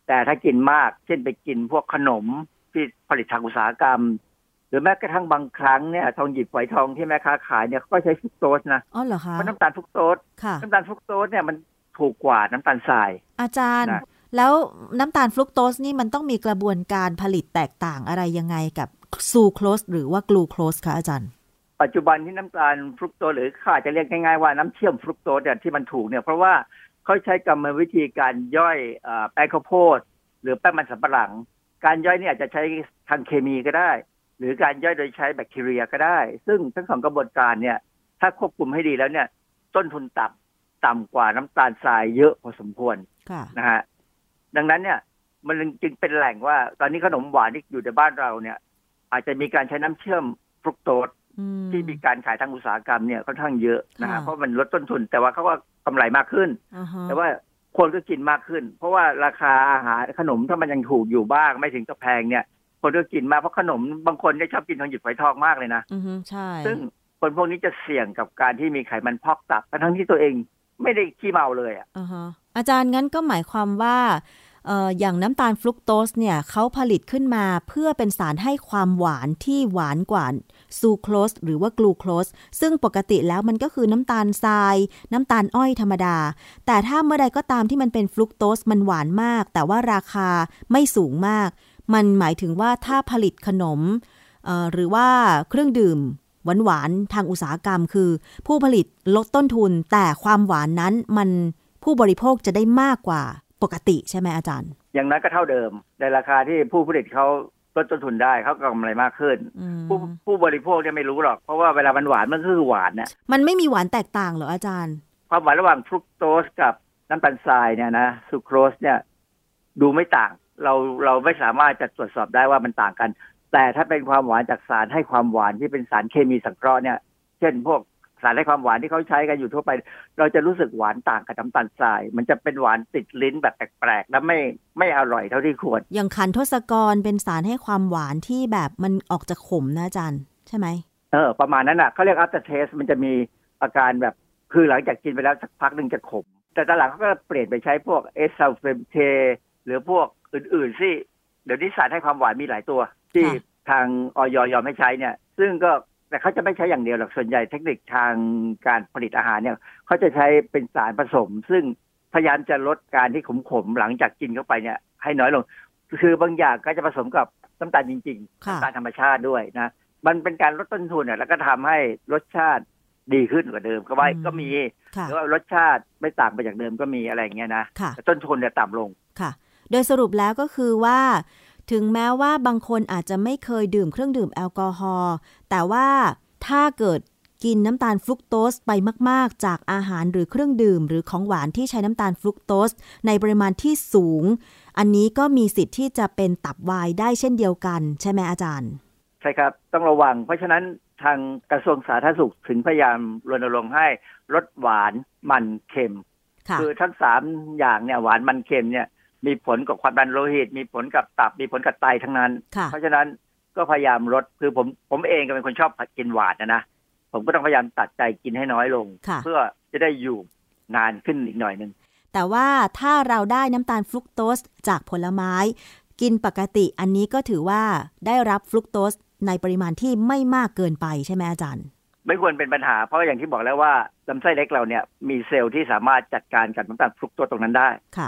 [SPEAKER 4] แต่ถ้ากินมากเช่นไปกินพวกขนมที่ผลิตทางอุตสาหกรรมหรือแม้กระทั่งบางครั้งเนี่ยทองหยิบฝอยทองที่แม่ค้าขายเนี่ยก็ใช้ฟรุกโตสนะ
[SPEAKER 2] อ๋อเหรอคะ
[SPEAKER 4] เพราะน้ำตาลฟรุกโตสน้ำตาลฟรุกโตสเนี่ยมันถูกกว่าน้ำตาลทราย
[SPEAKER 2] อาจารย์แล้วน้ำตาลฟรุกโตสนี่มันต้องมีกระบวนการผลิตแตกต่างอะไรยังไงกับซูโครสหรือว่ากลูโคสคะอาจารย์
[SPEAKER 4] ปัจจุบันที่น้ำตาลฟรุกโตสหรือข้าจะเรียกง่ายๆว่าน้ำเชื่อมฟรุกโตสเนี่ยที่มันถูกเนี่ยเพราะว่าเขาใช้กรรมวิธีการย่อยแป้งข้าวโพดหรือแป้งมันสำปะหลังการย่อยนี่อาจจะใช้ทางเคมีก็ได้หรือการย่อยโดยใช้แบคทีเรียก็ได้ซึ่งทั้งสองกระบวนการเนี่ยถ้าควบคุมให้ดีแล้วเนี่ยต้นทุนต่ำต่ำกว่าน้ำตาลทรายเยอะพอสมควรนะฮะดังนั้นเนี่ยมันจึงเป็นแหล่งว่าตอนนี้ขนมหวานที่อยู่ในบ้านเราเนี่ยอาจจะมีการใช้น้ำเชื่อมฟรุกโตสที่มีการขายทางอุตสาหกรรมเนี่ยค่อนข้างเยอะนะฮะเพราะมันลดต้นทุนแต่ว่าเขาก็กำไรมากขึ้น uh-huh. แต่ว่าคนก็กินมากขึ้นเพราะว่าราคาอาหารขนมถ้ามันยังถูกอยู่บ้างไม่ถึงกับแพงเนี่ยคนก็กินมากเพราะขนมบางคนได้ชอบกินทองหยิบฝอยทองมากเลยนะ
[SPEAKER 2] อือฮึใช่
[SPEAKER 4] ซึ่งคนพวกนี้จะเสี่ยงกับการที่มีไขมันพอกตับทั้งที่ตัวเองไม่ได้ขี้เมาเลยอ่ะ
[SPEAKER 2] uh-huh. อาจารย์งั้นก็หมายความว่าเอ่ออย่างน้ำตาลฟรุกโตสเนี่ยเขาผลิตขึ้นมาเพื่อเป็นสารให้ความหวานที่หวานกว่าซูโครสหรือว่ากลูโคสซึ่งปกติแล้วมันก็คือน้ำตาลทรายน้ำตาลอ้อยธรรมดาแต่ถ้าเมื่อใดก็ตามที่มันเป็นฟรุกโตสมันหวานมากแต่ว่าราคาไม่สูงมากมันหมายถึงว่าถ้าผลิตขนมเอ่อหรือว่าเครื่องดื่มหวานๆทางอุตสาหกรรมคือผู้ผลิตลดต้นทุนแต่ความหวานนั้นมันผู้บริโภคจะได้มากกว่าปกติใช่ไหมอาจารย์
[SPEAKER 4] อย่างนั้นก็เท่าเดิมในราคาที่ผู้ผลิตเขาลดต้นทุนได้เขากำไรมากขึ้นผู้ผู้บริโภคเนี่ยไม่รู้หรอกเพราะว่าเวลามันหวานมันคือหวานเนี่ย
[SPEAKER 2] มันไม่มีหวานแตกต่างเหรออาจารย์
[SPEAKER 4] ความหวานระหว่างฟรุกโตสกับน้ำตาลทรายเนี่ยนะซูโครสเนี่ยดูไม่ต่างเราเราไม่สามารถจะตรวจสอบได้ว่ามันต่างกันแต่ถ้าเป็นความหวานจากสารให้ความหวานที่เป็นสารเคมีสังเคราะห์เนี่ยเช่นพวกสารให้ความหวานที่เขาใช้กันอยู่ทั่วไปเราจะรู้สึกหวานต่างกับน้ำตาลทรายมันจะเป็นหวานติดลิ้นแบบแปลกๆและไม่ไม่อร่อยเท่าที่ควร
[SPEAKER 2] อย่างขันทศกรเป็นสารให้ความหวานที่แบบมันออกจะขมนะอาจารย์ใช่ไหม
[SPEAKER 4] เออประมาณนั้นอ่ะเขาเรียก after taste มันจะมีอาการแบบคือหลังจากกินไปแล้วสักพักนึงจะขมแต่ตอนหลังเขาก็เปลี่ยนไปใช้พวกเอสซัลเฟมเทหรือพวกอื่นๆที่เดี๋ยวนี้สารให้ความหวานมีหลายตัวที่ทางอย.ยอมให้ใช้เนี่ยซึ่งก็แต่เขาจะไม่ใช้อย่างเดียวหรอกส่วนใหญ่เทคนิคทางการผลิตอาหารเนี่ยเขาจะใช้เป็นสารผสมซึ่งพยายามจะลดการที่ขมๆหลังจากกินเข้าไปเนี่ยให้น้อยลงคือบางอย่างก็จะผสมกับน้ำตาลจริงๆน้ำตาลธรรมชาติด้วยนะมันเป็นการลดต้นทุนเนี่ยแล้วก็ทำให้รสชาติดีขึ้นกว่าเดิมก็ว่าก็มีหรือว่ารสชาติไม่ต่างไปจากเดิมก็มีอะไรอย่างเงี้ยนะแต่ต้นทุนเนี่ยต่ำลง
[SPEAKER 2] ค่ะโดยสรุปแล้วก็คือว่าถึงแม้ว่าบางคนอาจจะไม่เคยดื่มเครื่องดื่มแอลกอฮอล์แต่ว่าถ้าเกิดกินน้ำตาลฟรุกโตสไปมากๆจากอาหารหรือเครื่องดื่มหรือของหวานที่ใช้น้ำตาลฟรุกโตสในปริมาณที่สูงอันนี้ก็มีสิทธิ์ที่จะเป็นตับวายได้เช่นเดียวกันใช่ไหมอาจารย์
[SPEAKER 4] ใช่ครับต้องระวังเพราะฉะนั้นทางกระทรวงสาธารณสุขถึงพยายามรณรงค์ให้ลดหวานมันเค็มคือทั้งสามอย่างเนี่ยหวานมันเค็มเนี่ยมีผลกับความดันโลหิตมีผลกับตับมีผลกับไตทั้งนั้นเพราะฉะนั้นก็พยายามลดคือผมผมเองก็เป็นคนชอบกินหวานนะนะผมก็ต้องพยายามตัดใจกินให้น้อยลงเพื่อจะได้อยู่นานขึ้นอีกหน่อยนึง
[SPEAKER 2] แต่ว่าถ้าเราได้น้ำตาลฟรุกโตสจากผลไม้กินปกติอันนี้ก็ถือว่าได้รับฟรุกโตสในปริมาณที่ไม่มากเกินไปใช่ไหมอาจารย์
[SPEAKER 4] ไม่ควรเป็นปัญหาเพราะอย่างที่บอกแล้วว่าลำไส้เล็กเราเนี่ยมีเซลล์ที่สามารถจัดการกับน้ำตาลฟรุกโตสตรงนั้นได้
[SPEAKER 2] ค่ะ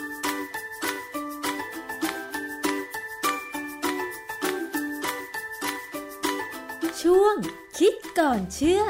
[SPEAKER 3] ช่วงคิดก่อนเชื่อ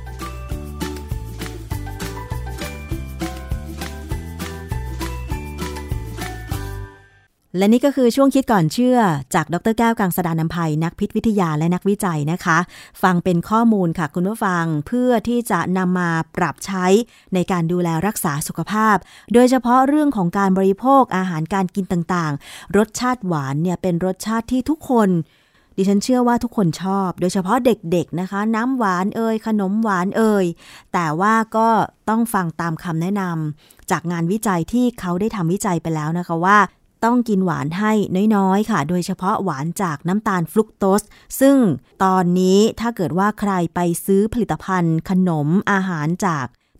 [SPEAKER 2] และนี่ก็คือช่วงคิดก่อนเชื่อจากดร.แก้วกังสดาลอำไพนักพิษวิทยาและนักวิจัยนะคะฟังเป็นข้อมูลค่ะคุณผู้ฟังเพื่อที่จะนำมาปรับใช้ในการดูแลรักษาสุขภาพโดยเฉพาะเรื่องของการบริโภคอาหารการกินต่างๆรสชาติหวานเนี่ยเป็นรสชาติที่ทุกคนดิฉันเชื่อว่าทุกคนชอบโดยเฉพาะเด็กๆนะคะน้ำหวานเอ่ยขนมหวานเอ่ยแต่ว่าก็ต้องฟังตามคำแนะนำจากงานวิจัยที่เขาได้ทำวิจัยไปแล้วนะคะว่าต้องกินหวานให้น้อยๆค่ะโดยเฉพาะหวานจากน้ำตาลฟรุกโตสซึ่งตอนนี้ถ้าเกิดว่าใครไปซื้อผลิตภัณฑ์ขนมอาหารจาก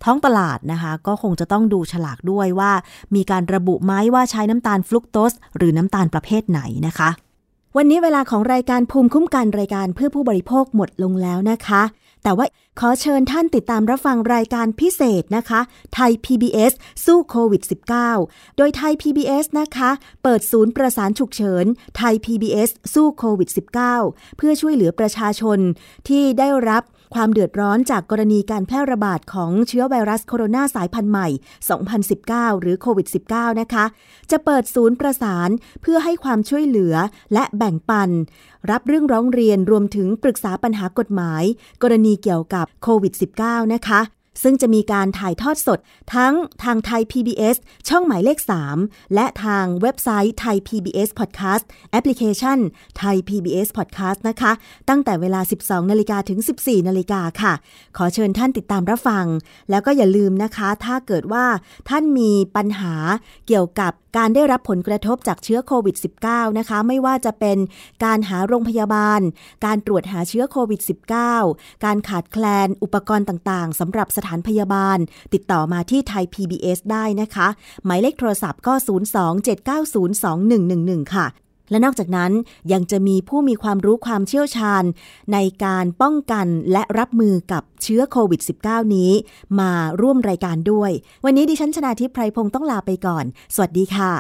[SPEAKER 2] ท้องตลาดนะคะก็คงจะต้องดูฉลากด้วยว่ามีการระบุไหมว่าใช้น้ำตาลฟรุกโตสหรือน้ำตาลประเภทไหนนะคะวันนี้เวลาของรายการภูมิคุ้มกันรายการเพื่อผู้บริโภคหมดลงแล้วนะคะแต่ว่าขอเชิญท่านติดตามรับฟังรายการพิเศษนะคะไทย พี บี เอส สู้โควิด สิบเก้า โดยไทย พี บี เอส นะคะเปิดศูนย์ประสานฉุกเฉินไทย พี บี เอส สู้โควิด สิบเก้า เพื่อช่วยเหลือประชาชนที่ได้รับความเดือดร้อนจากกรณีการแพร่ระบาดของเชื้อไวรัสโคโรนาสายพันธุ์ใหม่ สองพันสิบเก้า หรือโควิด สิบเก้า นะคะจะเปิดศูนย์ประสานเพื่อให้ความช่วยเหลือและแบ่งปันรับเรื่องร้องเรียนรวมถึงปรึกษาปัญหากฎหมายกรณีเกี่ยวกับโควิด สิบเก้า นะคะซึ่งจะมีการถ่ายทอดสดทั้งทางไทย พี บี เอส ช่องหมายเลขสามและทางเว็บไซต์ไทย พี บี เอส Podcast แอปพลิเคชันไทย พี บี เอส Podcast นะคะตั้งแต่เวลา สิบสองนาฬิกา ถึง สิบสี่นาฬิกา ค่ะขอเชิญท่านติดตามรับฟังแล้วก็อย่าลืมนะคะถ้าเกิดว่าท่านมีปัญหาเกี่ยวกับการได้รับผลกระทบจากเชื้อโควิด สิบเก้า นะคะไม่ว่าจะเป็นการหาโรงพยาบาลการตรวจหาเชื้อโควิด สิบเก้า การขาดแคลนอุปกรณ์ต่างๆสำหรับสถานพยาบาลติดต่อมาที่ไทย พี บี เอส ได้นะคะหมายเลขโทรศัพท์ก็ ศูนย์ สอง เจ็ด เก้า ศูนย์ สอง หนึ่ง หนึ่ง หนึ่ง ค่ะและนอกจากนั้นยังจะมีผู้มีความรู้ความเชี่ยวชาญในการป้องกันและรับมือกับเชื้อโควิด สิบเก้า นี้มาร่วมรายการด้วยวันนี้ดิฉันชนาทิพย์ไพรพงศ์ต้องลาไปก่อนสวัสดีค่ะ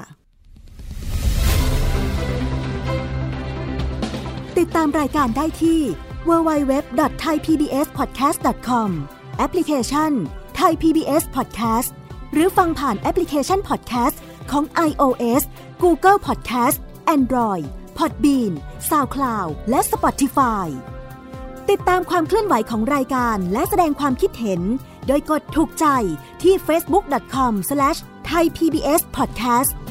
[SPEAKER 2] ติดตามรายการได้ที่ ดับเบิลยู ดับเบิลยู ดับเบิลยู ดอท ไทย พี บี เอส พอดแคสต์ ดอท คอม แอปพลิเคชัน Thai พี บี เอส Podcast หรือฟังผ่านแอปพลิเคชัน Podcast ของ iOS Google Podcast Android Podbean SoundCloud และ Spotify ติดตามความเคลื่อนไหวของรายการและแสดงความคิดเห็นโดยกดถูกใจที่ เฟซบุ๊ก ดอท คอม สแลช ไทย พี บี เอส พอดแคสต์